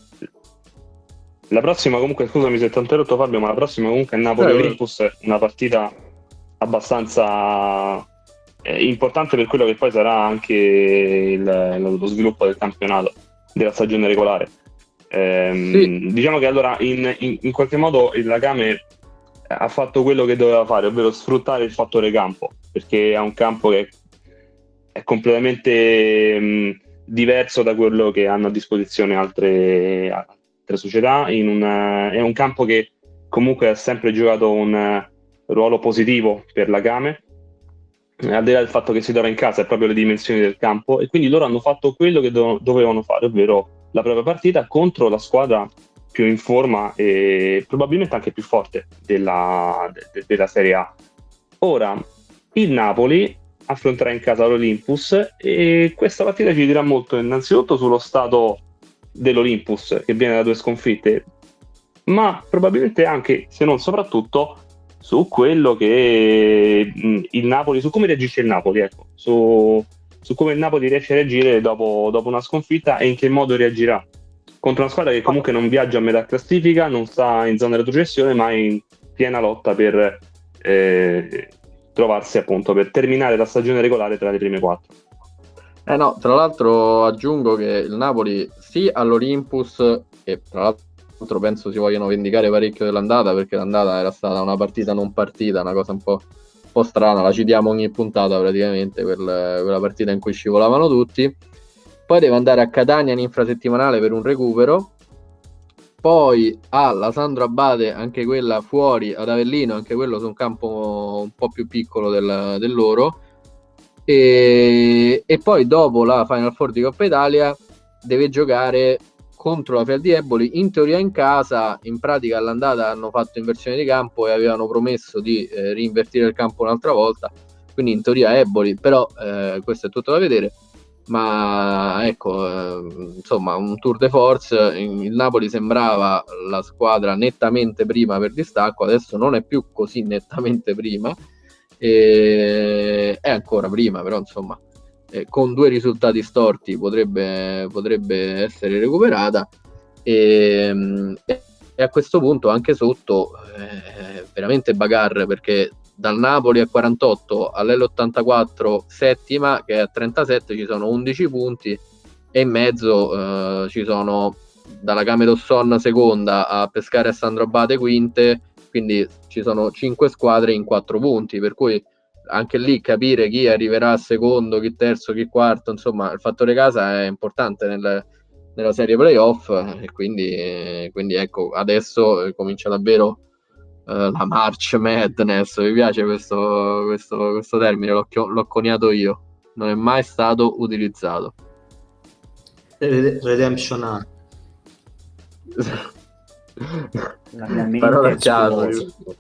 la prossima comunque scusami se ti ho interrotto Fabio, ma la prossima comunque è Napoli-Olympus, è una partita abbastanza eh, importante per quello che poi sarà anche il, lo sviluppo del campionato, della stagione regolare. Ehm, sì. Diciamo che allora in, in, in qualche modo il Lagame ha fatto quello che doveva fare, ovvero sfruttare il fattore campo, perché è un campo che è completamente mh, diverso da quello che hanno a disposizione altre, altre società. In una, è un campo che comunque ha sempre giocato un uh, ruolo positivo per Lagame, al di là del fatto che si trova in casa, è proprio le dimensioni del campo, e quindi loro hanno fatto quello che do- dovevano fare, ovvero la propria partita contro la squadra più in forma e probabilmente anche più forte della, de- della Serie A. Ora il Napoli affronterà in casa l'Olympus e questa partita ci dirà molto innanzitutto sullo stato dell'Olympus, che viene da due sconfitte, ma probabilmente anche, se non soprattutto, su quello che mh, il Napoli, su come reagisce il Napoli, ecco, su su come il Napoli riesce a reagire dopo, dopo una sconfitta e in che modo reagirà contro una squadra che comunque non viaggia a metà classifica, non sta in zona retrocessione, ma è in piena lotta per eh, trovarsi appunto per terminare la stagione regolare tra le prime quattro. Eh no, tra l'altro aggiungo che il Napoli sì all'Olympus, che tra l'altro penso si vogliono vendicare parecchio dell'andata, perché l'andata era stata una partita non partita, una cosa un po' un po' strana, la citiamo ogni puntata praticamente, per quella partita in cui scivolavano tutti. Poi deve andare a Catania in infrasettimanale per un recupero, poi alla Sandro Abate, anche quella fuori ad Avellino, anche quello su un campo un po' più piccolo del, del loro, e, e poi dopo la Final Four di Coppa Italia deve giocare contro la Feldi Eboli, in teoria in casa. In pratica all'andata hanno fatto inversione di campo e avevano promesso di eh, rinvertire il campo un'altra volta, quindi in teoria Eboli, però eh, questo è tutto da vedere. Ma ecco, eh, insomma, un tour de force. Il Napoli sembrava la squadra nettamente prima per distacco, adesso non è più così nettamente prima, e è ancora prima, però insomma Eh, con due risultati storti potrebbe, potrebbe essere recuperata, e, e a questo punto anche sotto eh, veramente bagarre, perché dal Napoli a quarantotto all'L ottantaquattro settima, che è a trentasette, ci sono undici punti, e in mezzo eh, ci sono dalla Camerosson seconda a Pescara e Sandro Abate quinte, quindi ci sono cinque squadre in quattro punti, per cui anche lì capire chi arriverà secondo, chi terzo, chi quarto, insomma il fattore casa è importante nel, nella serie playoff, e quindi, eh, quindi ecco, adesso eh, comincia davvero eh, la March Madness. Mi piace questo, questo, questo termine, l'ho, l'ho coniato io, non è mai stato utilizzato. Redemption Arc. La mia mente Parola è a caso. esplosa.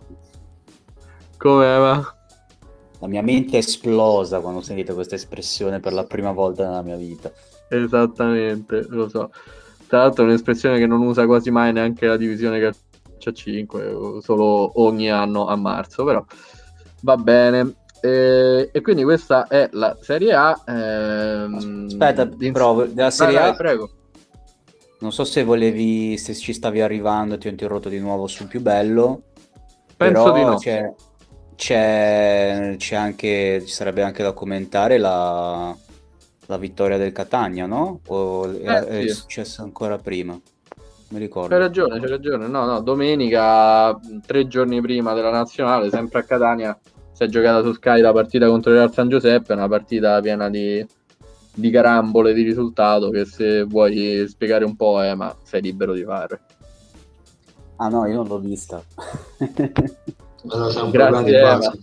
Come va? La mia mente è esplosa quando ho sentito questa espressione per la prima volta nella mia vita. Esattamente, lo so. Tra l'altro è un'espressione che non usa quasi mai neanche la divisione calcio cinque, solo ogni anno a marzo, però va bene. E, e quindi questa è la Serie A. Ehm, Aspetta, in... però della Serie vai, A, vai, prego. non so se volevi, se ci stavi arrivando, ti ho interrotto di nuovo sul più bello. Penso però di no. C'è, c'è, c'è anche, ci sarebbe anche da commentare la, la vittoria del Catania, no? O è, Eh, è sì. successo ancora prima? Mi ricordo. C'hai ragione, c'hai ragione. No, no, domenica, tre giorni prima della nazionale, sempre a Catania, si è giocata su Sky la partita contro il Real San Giuseppe, una partita piena di, di carambole di risultato che se vuoi spiegare un po', eh, ma sei libero di fare. Ah no, io non l'ho vista. Allora, c'è un Grazie, problema di base.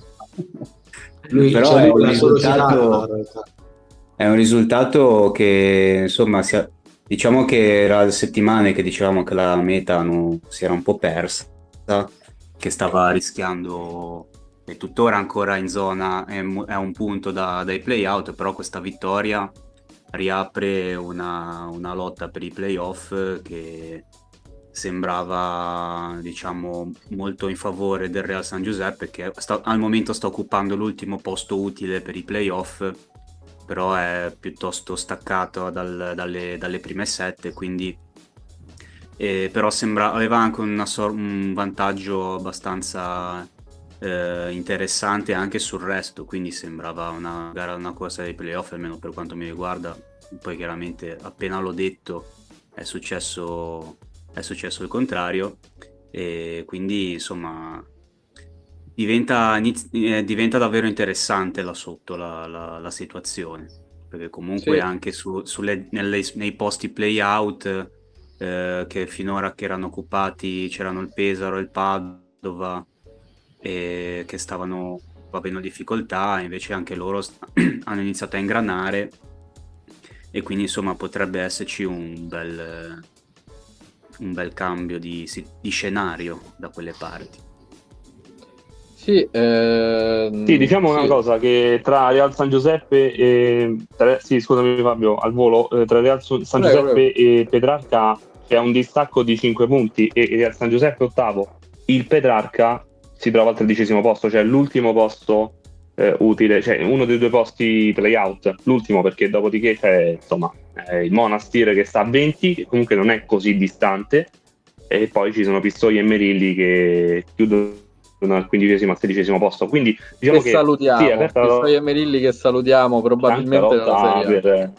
Lui Però c'è è un una risultato- sollecità, È un risultato che, insomma, si è- diciamo che era settimane che dicevamo che la meta non, si era un po' persa, che stava rischiando, e tuttora ancora in zona, è, mu- è un punto da- dai play-out, però questa vittoria riapre una, una lotta per i play-off che sembrava, diciamo, molto in favore del Real San Giuseppe, che sta- al momento sta occupando l'ultimo posto utile per i play-off, però è piuttosto staccato dal- dalle, dalle prime sette, quindi eh, però sembra, aveva anche una sor- un vantaggio abbastanza eh, interessante anche sul resto, quindi sembrava una gara, una corsa dei playoff, almeno per quanto mi riguarda. Poi chiaramente appena l'ho detto è successo, è successo il contrario, e quindi insomma diventa, iniz- eh, diventa davvero interessante là sotto la, la- la situazione, perché comunque Sì. anche su- sulle- nelle- nei posti play out eh, che finora che erano occupati c'erano il Pesaro e il Padova, e che stavano avendo difficoltà, invece anche loro st- hanno iniziato a ingranare, e quindi insomma potrebbe esserci un bel, un bel cambio di, si- di scenario da quelle parti. Sì, ehm, Sì, diciamo sì. una cosa, che tra Real San Giuseppe e... tra- sì, scusami Fabio, al volo, eh, tra Real San Prego, Giuseppe e Petrarca c'è un distacco di cinque punti, e il Real San Giuseppe è ottavo. Il Petrarca si trova al tredicesimo posto, cioè l'ultimo posto eh, utile, cioè uno dei due posti play-out, l'ultimo, perché dopodiché c'è, insomma, eh, il Monastir che sta a venti, che comunque non è così distante, e poi ci sono Pistoia e Merilli che chiudono al quindicesimo, al sedicesimo posto, quindi diciamo che che salutiamo, sì, è aperta la- Pistoia e Merilli che salutiamo probabilmente tanta nella lotta Serie A. per...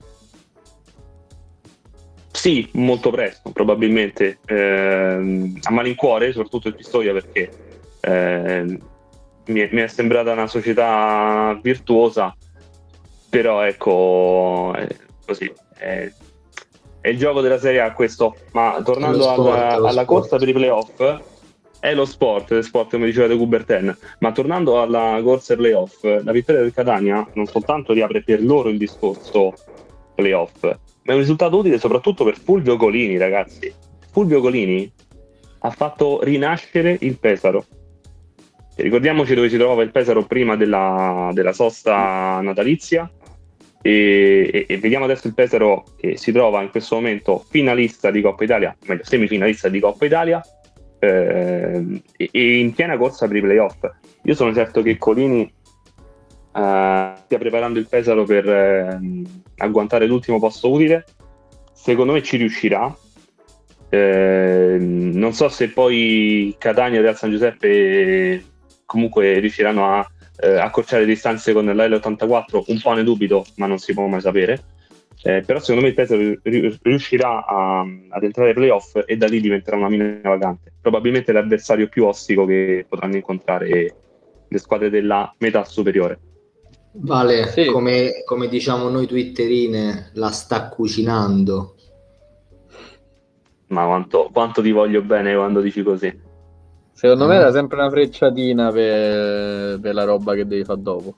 Sì, molto presto, probabilmente. Ehm, a malincuore, soprattutto il Pistoia, perché ehm, mi, è, mi è sembrata una società virtuosa, però ecco, è così. È, è il gioco della Serie A questo. Ma tornando È lo sport, alla, è lo alla sport. corsa per i playoff, è lo sport, è sport come diceva De Coubertin, ma tornando alla corsa ai playoff, la vittoria del Catania non soltanto riapre per loro il discorso playoff, ma è un risultato utile soprattutto per Fulvio Golini, ragazzi. Fulvio Golini ha fatto rinascere il Pesaro. E ricordiamoci dove si trovava il Pesaro prima della, della sosta natalizia, e, e, e vediamo adesso il Pesaro che si trova in questo momento finalista di Coppa Italia, meglio semifinalista di Coppa Italia, eh, e, e in piena corsa per i playoff. Io sono certo che Golini Uh, stia preparando il Pesaro per eh, agguantare l'ultimo posto utile. Secondo me ci riuscirà. Eh, non so se poi Catania e Real San Giuseppe comunque riusciranno a eh, accorciare le distanze con l'L ottantaquattro, un po' ne dubito, ma non si può mai sapere. Eh, però secondo me il Pesaro ri- riuscirà a, ad entrare ai playoff, e da lì diventerà una mina vagante. Probabilmente l'avversario più ostico che potranno incontrare le squadre della metà superiore. Vale, Sì. come, come diciamo noi twitterine, la sta cucinando. Ma quanto, quanto ti voglio bene quando dici così. Secondo Ah. me era sempre una frecciatina per, per la roba che devi fare dopo.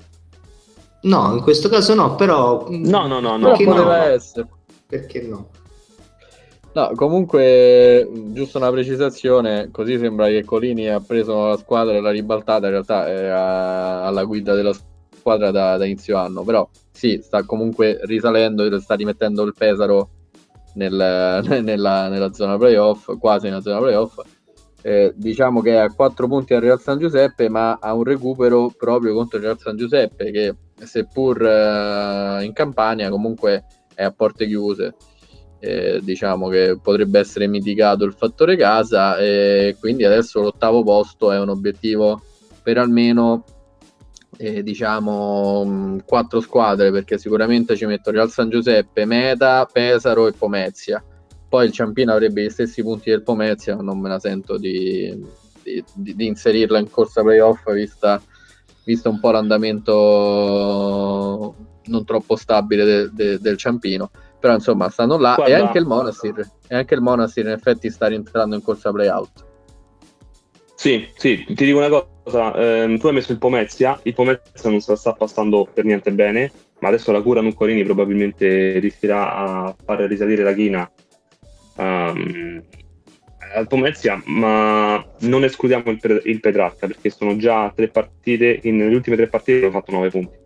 No, in questo caso no, però... No, no, no, no. Però perché poteva no? essere. Perché no? No, comunque, giusto una precisazione, così sembra che Colini ha preso la squadra e l'ha ribaltata, in realtà è a- alla guida della squadra da, da inizio anno, però sì, sta comunque risalendo, sta rimettendo il Pesaro nel- nella, nella zona playoff, quasi nella zona playoff. Eh, diciamo che è a quattro punti al Real San Giuseppe, ma ha un recupero proprio contro il Real San Giuseppe che seppur eh, in Campania comunque è a porte chiuse. Eh, diciamo che potrebbe essere mitigato il fattore casa e quindi adesso l'ottavo posto è un obiettivo per almeno eh, diciamo mh, quattro squadre, perché sicuramente ci metto Real San Giuseppe, Meta, Pesaro e Pomezia. Poi il Ciampino avrebbe gli stessi punti del Pomezia, ma non me la sento di, di, di, di inserirla in corsa playoff vista, vista un po' l'andamento non troppo stabile de, de, del Ciampino. Però insomma stanno là. Guarda, e anche il Monastir e anche il Monastir in effetti sta rientrando in corsa playout. Sì, sì, ti dico una cosa, ehm, tu hai messo il Pomezia, il Pomezia non se la sta passando per niente bene, ma adesso la cura Nuccorini probabilmente riuscirà a far risalire la china um, al Pomezia, ma non escludiamo il, il Petrarca, perché sono già tre partite, in, nelle ultime tre partite hanno fatto nove punti.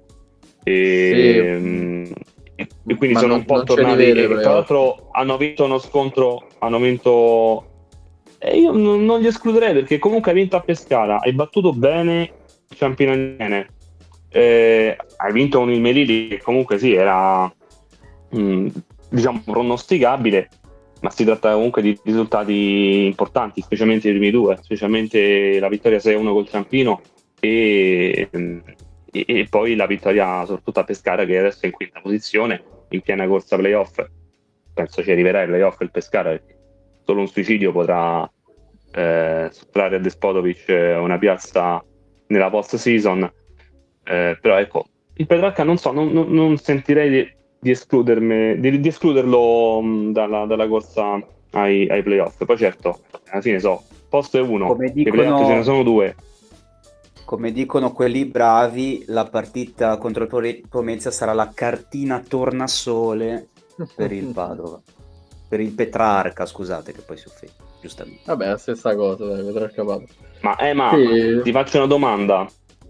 E, Sì, um, e quindi ma sono non, un po' non ce li tornati, vede e tra playoff. l'altro hanno vinto uno scontro, hanno vinto... E io non, non li escluderei, perché comunque hai vinto a Pescara, hai battuto bene Ciampinaniene, eh, hai vinto con il Melilli che comunque sì era mh, diciamo pronosticabile, ma si tratta comunque di risultati importanti, specialmente i primi due, specialmente la vittoria sei a uno col Ciampino e, e, e poi la vittoria soprattutto a Pescara, che adesso è in quinta posizione in piena corsa playoff. Penso ci arriverà il playoff il Pescara, perché solo un suicidio potrà eh, sottrarre a Despotovic una piazza nella post season, eh, però ecco il Petrarca non so, non, non, non sentirei di, di, escludermi, di, di escluderlo mh, dalla, dalla corsa ai, ai playoff. Poi certo, alla fine so, posto è uno, Come i playoff ce ne dicono, sono due. come dicono quelli bravi, la partita contro il Pore- Pomezia sarà la cartina tornasole per il Padova, per il Petrarca, scusate, che poi si offende, giustamente. Vabbè, la stessa cosa, dai, Petrarca Padova. Ma, eh, ma Sì. ti faccio una domanda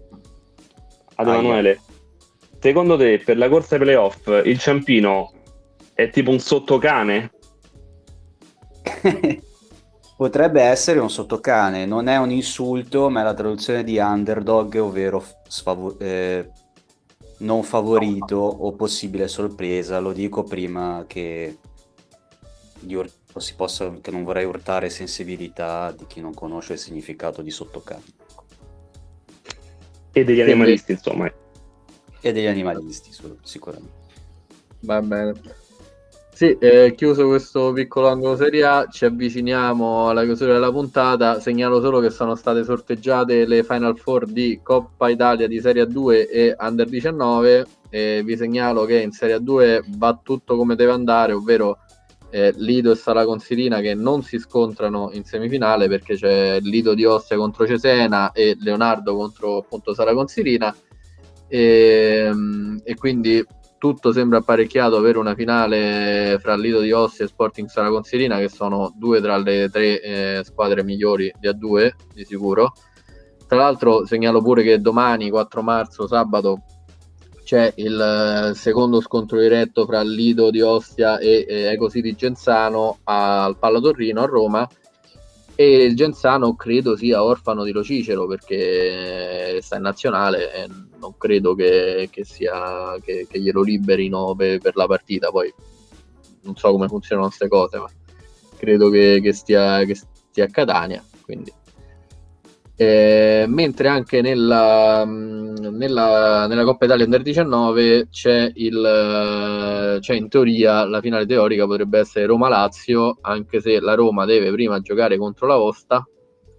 ad Aia. Emanuele. Secondo te per la corsa ai playoff il Ciampino è tipo un sottocane? Potrebbe essere un sottocane, non è un insulto, ma è la traduzione di underdog, ovvero sfav- eh, non favorito o possibile sorpresa. Lo dico prima che, di ur- si possa, che non vorrei urtare sensibilità di chi non conosce il significato di sottocane. E degli Quindi- animalisti, insomma. E degli animalisti, su- sicuramente. Va bene. Sì, eh, chiuso questo piccolo angolo Serie A, ci avviciniamo alla chiusura della puntata. Segnalo solo che sono state sorteggiate le Final Four di Coppa Italia di Serie A due e Under diciannove. E vi segnalo che in Serie A due va tutto come deve andare, ovvero eh, Lido e Sala Consilina che non si scontrano in semifinale, perché c'è Lido di Ostia contro Cesena e Leonardo contro appunto Sala Consilina. E, e quindi tutto sembra apparecchiato per una finale fra Lido di Ostia e Sporting Sala Consilina, che sono due tra le tre eh, squadre migliori di A due di sicuro. Tra l'altro segnalo pure che domani quattro marzo, sabato, c'è il eh, secondo scontro diretto fra Lido di Ostia e eh, Eco City Genzano al Palla Torrino a Roma, e il Genzano credo sia orfano di Lo Cicero, perché sta in nazionale e non credo che, che sia che, che glielo liberino per, per la partita. Poi non so come funzionano queste cose, ma credo che, che, stia, che stia a Catania, quindi. Eh, mentre anche nella, nella, nella Coppa Italia Under diciannove c'è, il, c'è in teoria la finale teorica, potrebbe essere Roma-Lazio, anche se la Roma deve prima giocare contro l'Aosta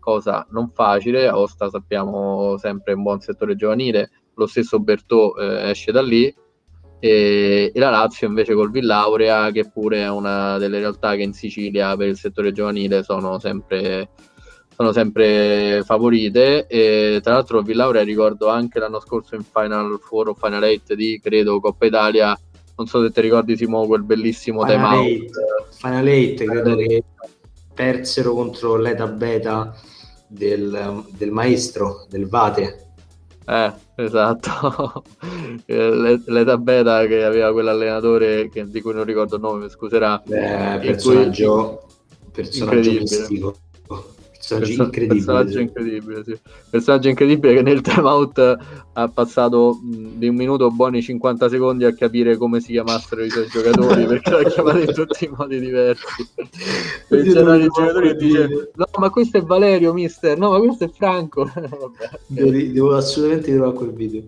cosa non facile. Aosta sappiamo sempre un buon settore giovanile, lo stesso Bertò eh, esce da lì, e, e la Lazio invece col Villaurea, che pure è una delle realtà che in Sicilia per il settore giovanile sono sempre, sono sempre favorite. E tra l'altro il Villaurea, ricordo anche l'anno scorso in Final Four o Final Eight di, credo, Coppa Italia, non so se ti ricordi Simo, quel bellissimo Final time out. Eight, Final Eight credo che persero contro l'Eta Beta del, del maestro, del Vate. Eh, esatto. L'Eta Beta, che aveva quell'allenatore che, di cui non ricordo il nome, mi scuserà. Eh, personaggio, personaggio mistico. Personaggio Perso- incredibile. Personaggio sì. incredibile, sì. Personaggio incredibile che nel timeout ha passato mh, di un minuto buoni cinquanta secondi a capire come si chiamassero i suoi giocatori, perché l'ha chiamato in tutti i modi diversi. E c'erano i giocatori che dicevano: no, ma questo è Valerio, mister, no, ma questo è Franco. Vabbè, devo, devo assolutamente trovare quel video.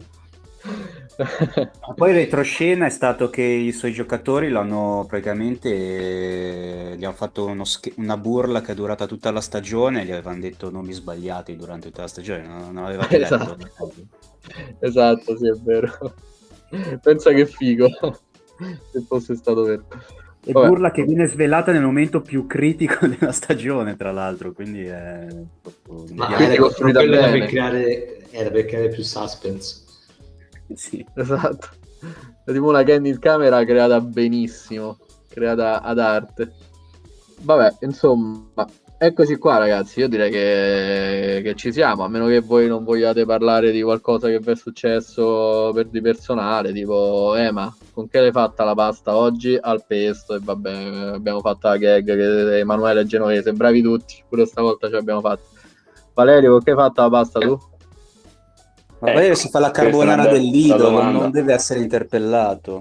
Poi il retroscena è stato che i suoi giocatori l'hanno praticamente eh, gli hanno fatto uno sch- una burla che è durata tutta la stagione, gli avevano detto nomi sbagliati durante tutta la stagione, non, non avevate Esatto. letto. Esatto, sì, è vero. Pensa che figo se fosse stato vero. E Vabbè. burla che viene svelata nel momento più critico della stagione, tra l'altro, quindi è proprio Ma Quindi era, costruita quello era bene. per creare, era per creare più suspense. sì. Esatto, è tipo una candid camera creata benissimo, creata ad arte. Vabbè, insomma, eccoci qua ragazzi, io direi che, che ci siamo, a meno che voi non vogliate parlare di qualcosa che vi è successo per di personale, tipo Ema, con che l'hai fatta la pasta oggi? Al pesto, e vabbè, abbiamo fatto la gag che Emanuele è genovese, bravi tutti, pure stavolta ce l'abbiamo fatta. Valerio, con che hai fatto la pasta tu? Ma Ecco, Valerio si fa la questa è una carbonara bella dell'Idol, domanda. non deve essere interpellato.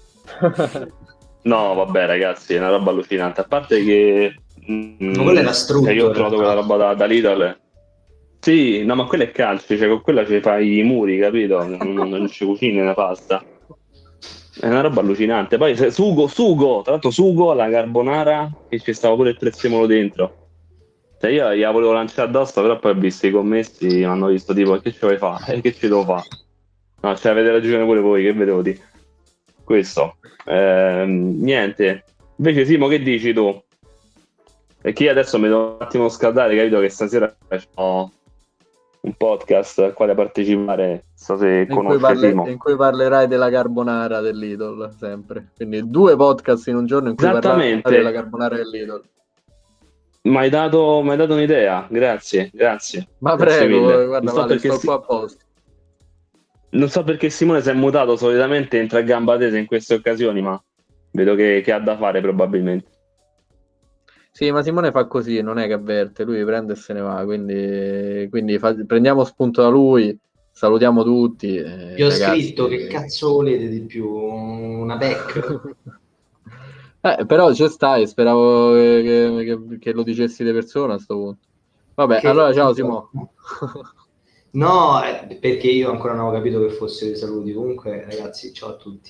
No, vabbè, ragazzi, è una roba allucinante. A parte che mm, Ma quella era strutto, cioè, io ho in trovato realtà. quella roba da, da Lidl. Sì, no, ma quella è calcio, cioè con quella ci fai i muri, capito? Non, non, non ci cucini una pasta. È una roba allucinante. Poi se- sugo, sugo, tra l'altro sugo alla carbonara, che ci stava pure il prezzemolo dentro. Cioè io gliela volevo lanciare addosso, però poi ho visto i commessi, mi hanno visto tipo, che ci vuoi fare? E che ci devo fare? No, cioè avete ragione pure voi, che vedevo di questo. Ehm, niente. Invece Simo, che dici tu? Perché io adesso mi devo un attimo scaldare, capito che stasera ho un podcast al quale partecipare, so se in, cui conosci parle- Simo. in cui parlerai della carbonara dell'Idol, sempre. Quindi due podcast in un giorno in cui parlare Esattamente. della carbonara dell'Idol. Mi hai dato, m'hai dato un'idea, grazie, grazie. Ma Grazie prego, mille. guarda, Non so vale, perché sto si- qua apposta. Non so perché Simone si è mutato, solitamente entra a gamba tesa in queste occasioni, ma vedo che, che ha da fare probabilmente. Sì, ma Simone fa così, non è che avverte, lui prende e se ne va, quindi, quindi fa- prendiamo spunto da lui, salutiamo tutti. eh, Vi ho ragazzi. scritto che cazzo volete di più? Una Beck? Eh, però ci stai, speravo che, che- che lo dicessi di persona a sto punto. Vabbè, Che- allora ciao Simo. No, eh, perché io ancora non avevo capito che fossero i saluti. Comunque, ragazzi, ciao a tutti.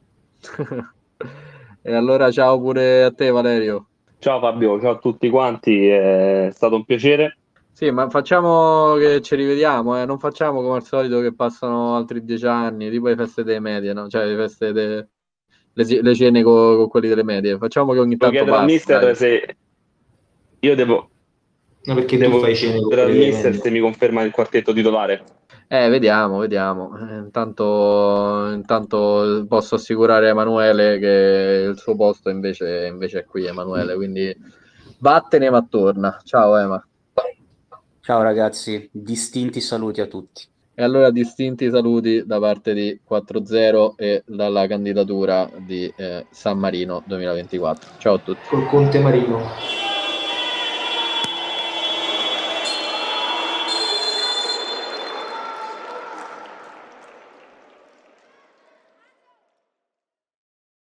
E allora ciao pure a te Valerio. Ciao Fabio, ciao a tutti quanti, è stato un piacere. Sì, ma facciamo che ci rivediamo, eh. Non facciamo come al solito che passano altri dieci anni, tipo le feste delle medie, no? Cioè le feste de- le, le cene con, con quelli delle medie. Facciamo che ogni Devo tanto chiedere al passa, mister dai. se io devo, No, perché devo tu fai cene con chiedere al quelle mister medie. se mi conferma il quartetto titolare. Eh, vediamo, vediamo. Eh, Intanto, intanto posso assicurare a Emanuele che il suo posto invece, invece è qui, Emanuele, quindi vattene ma torna. Ciao Ema. Ciao ragazzi, distinti saluti a tutti. E allora distinti saluti da parte di quattro zero e dalla candidatura di eh, San Marino duemilaventiquattro. Ciao a tutti. Col Conte Marino.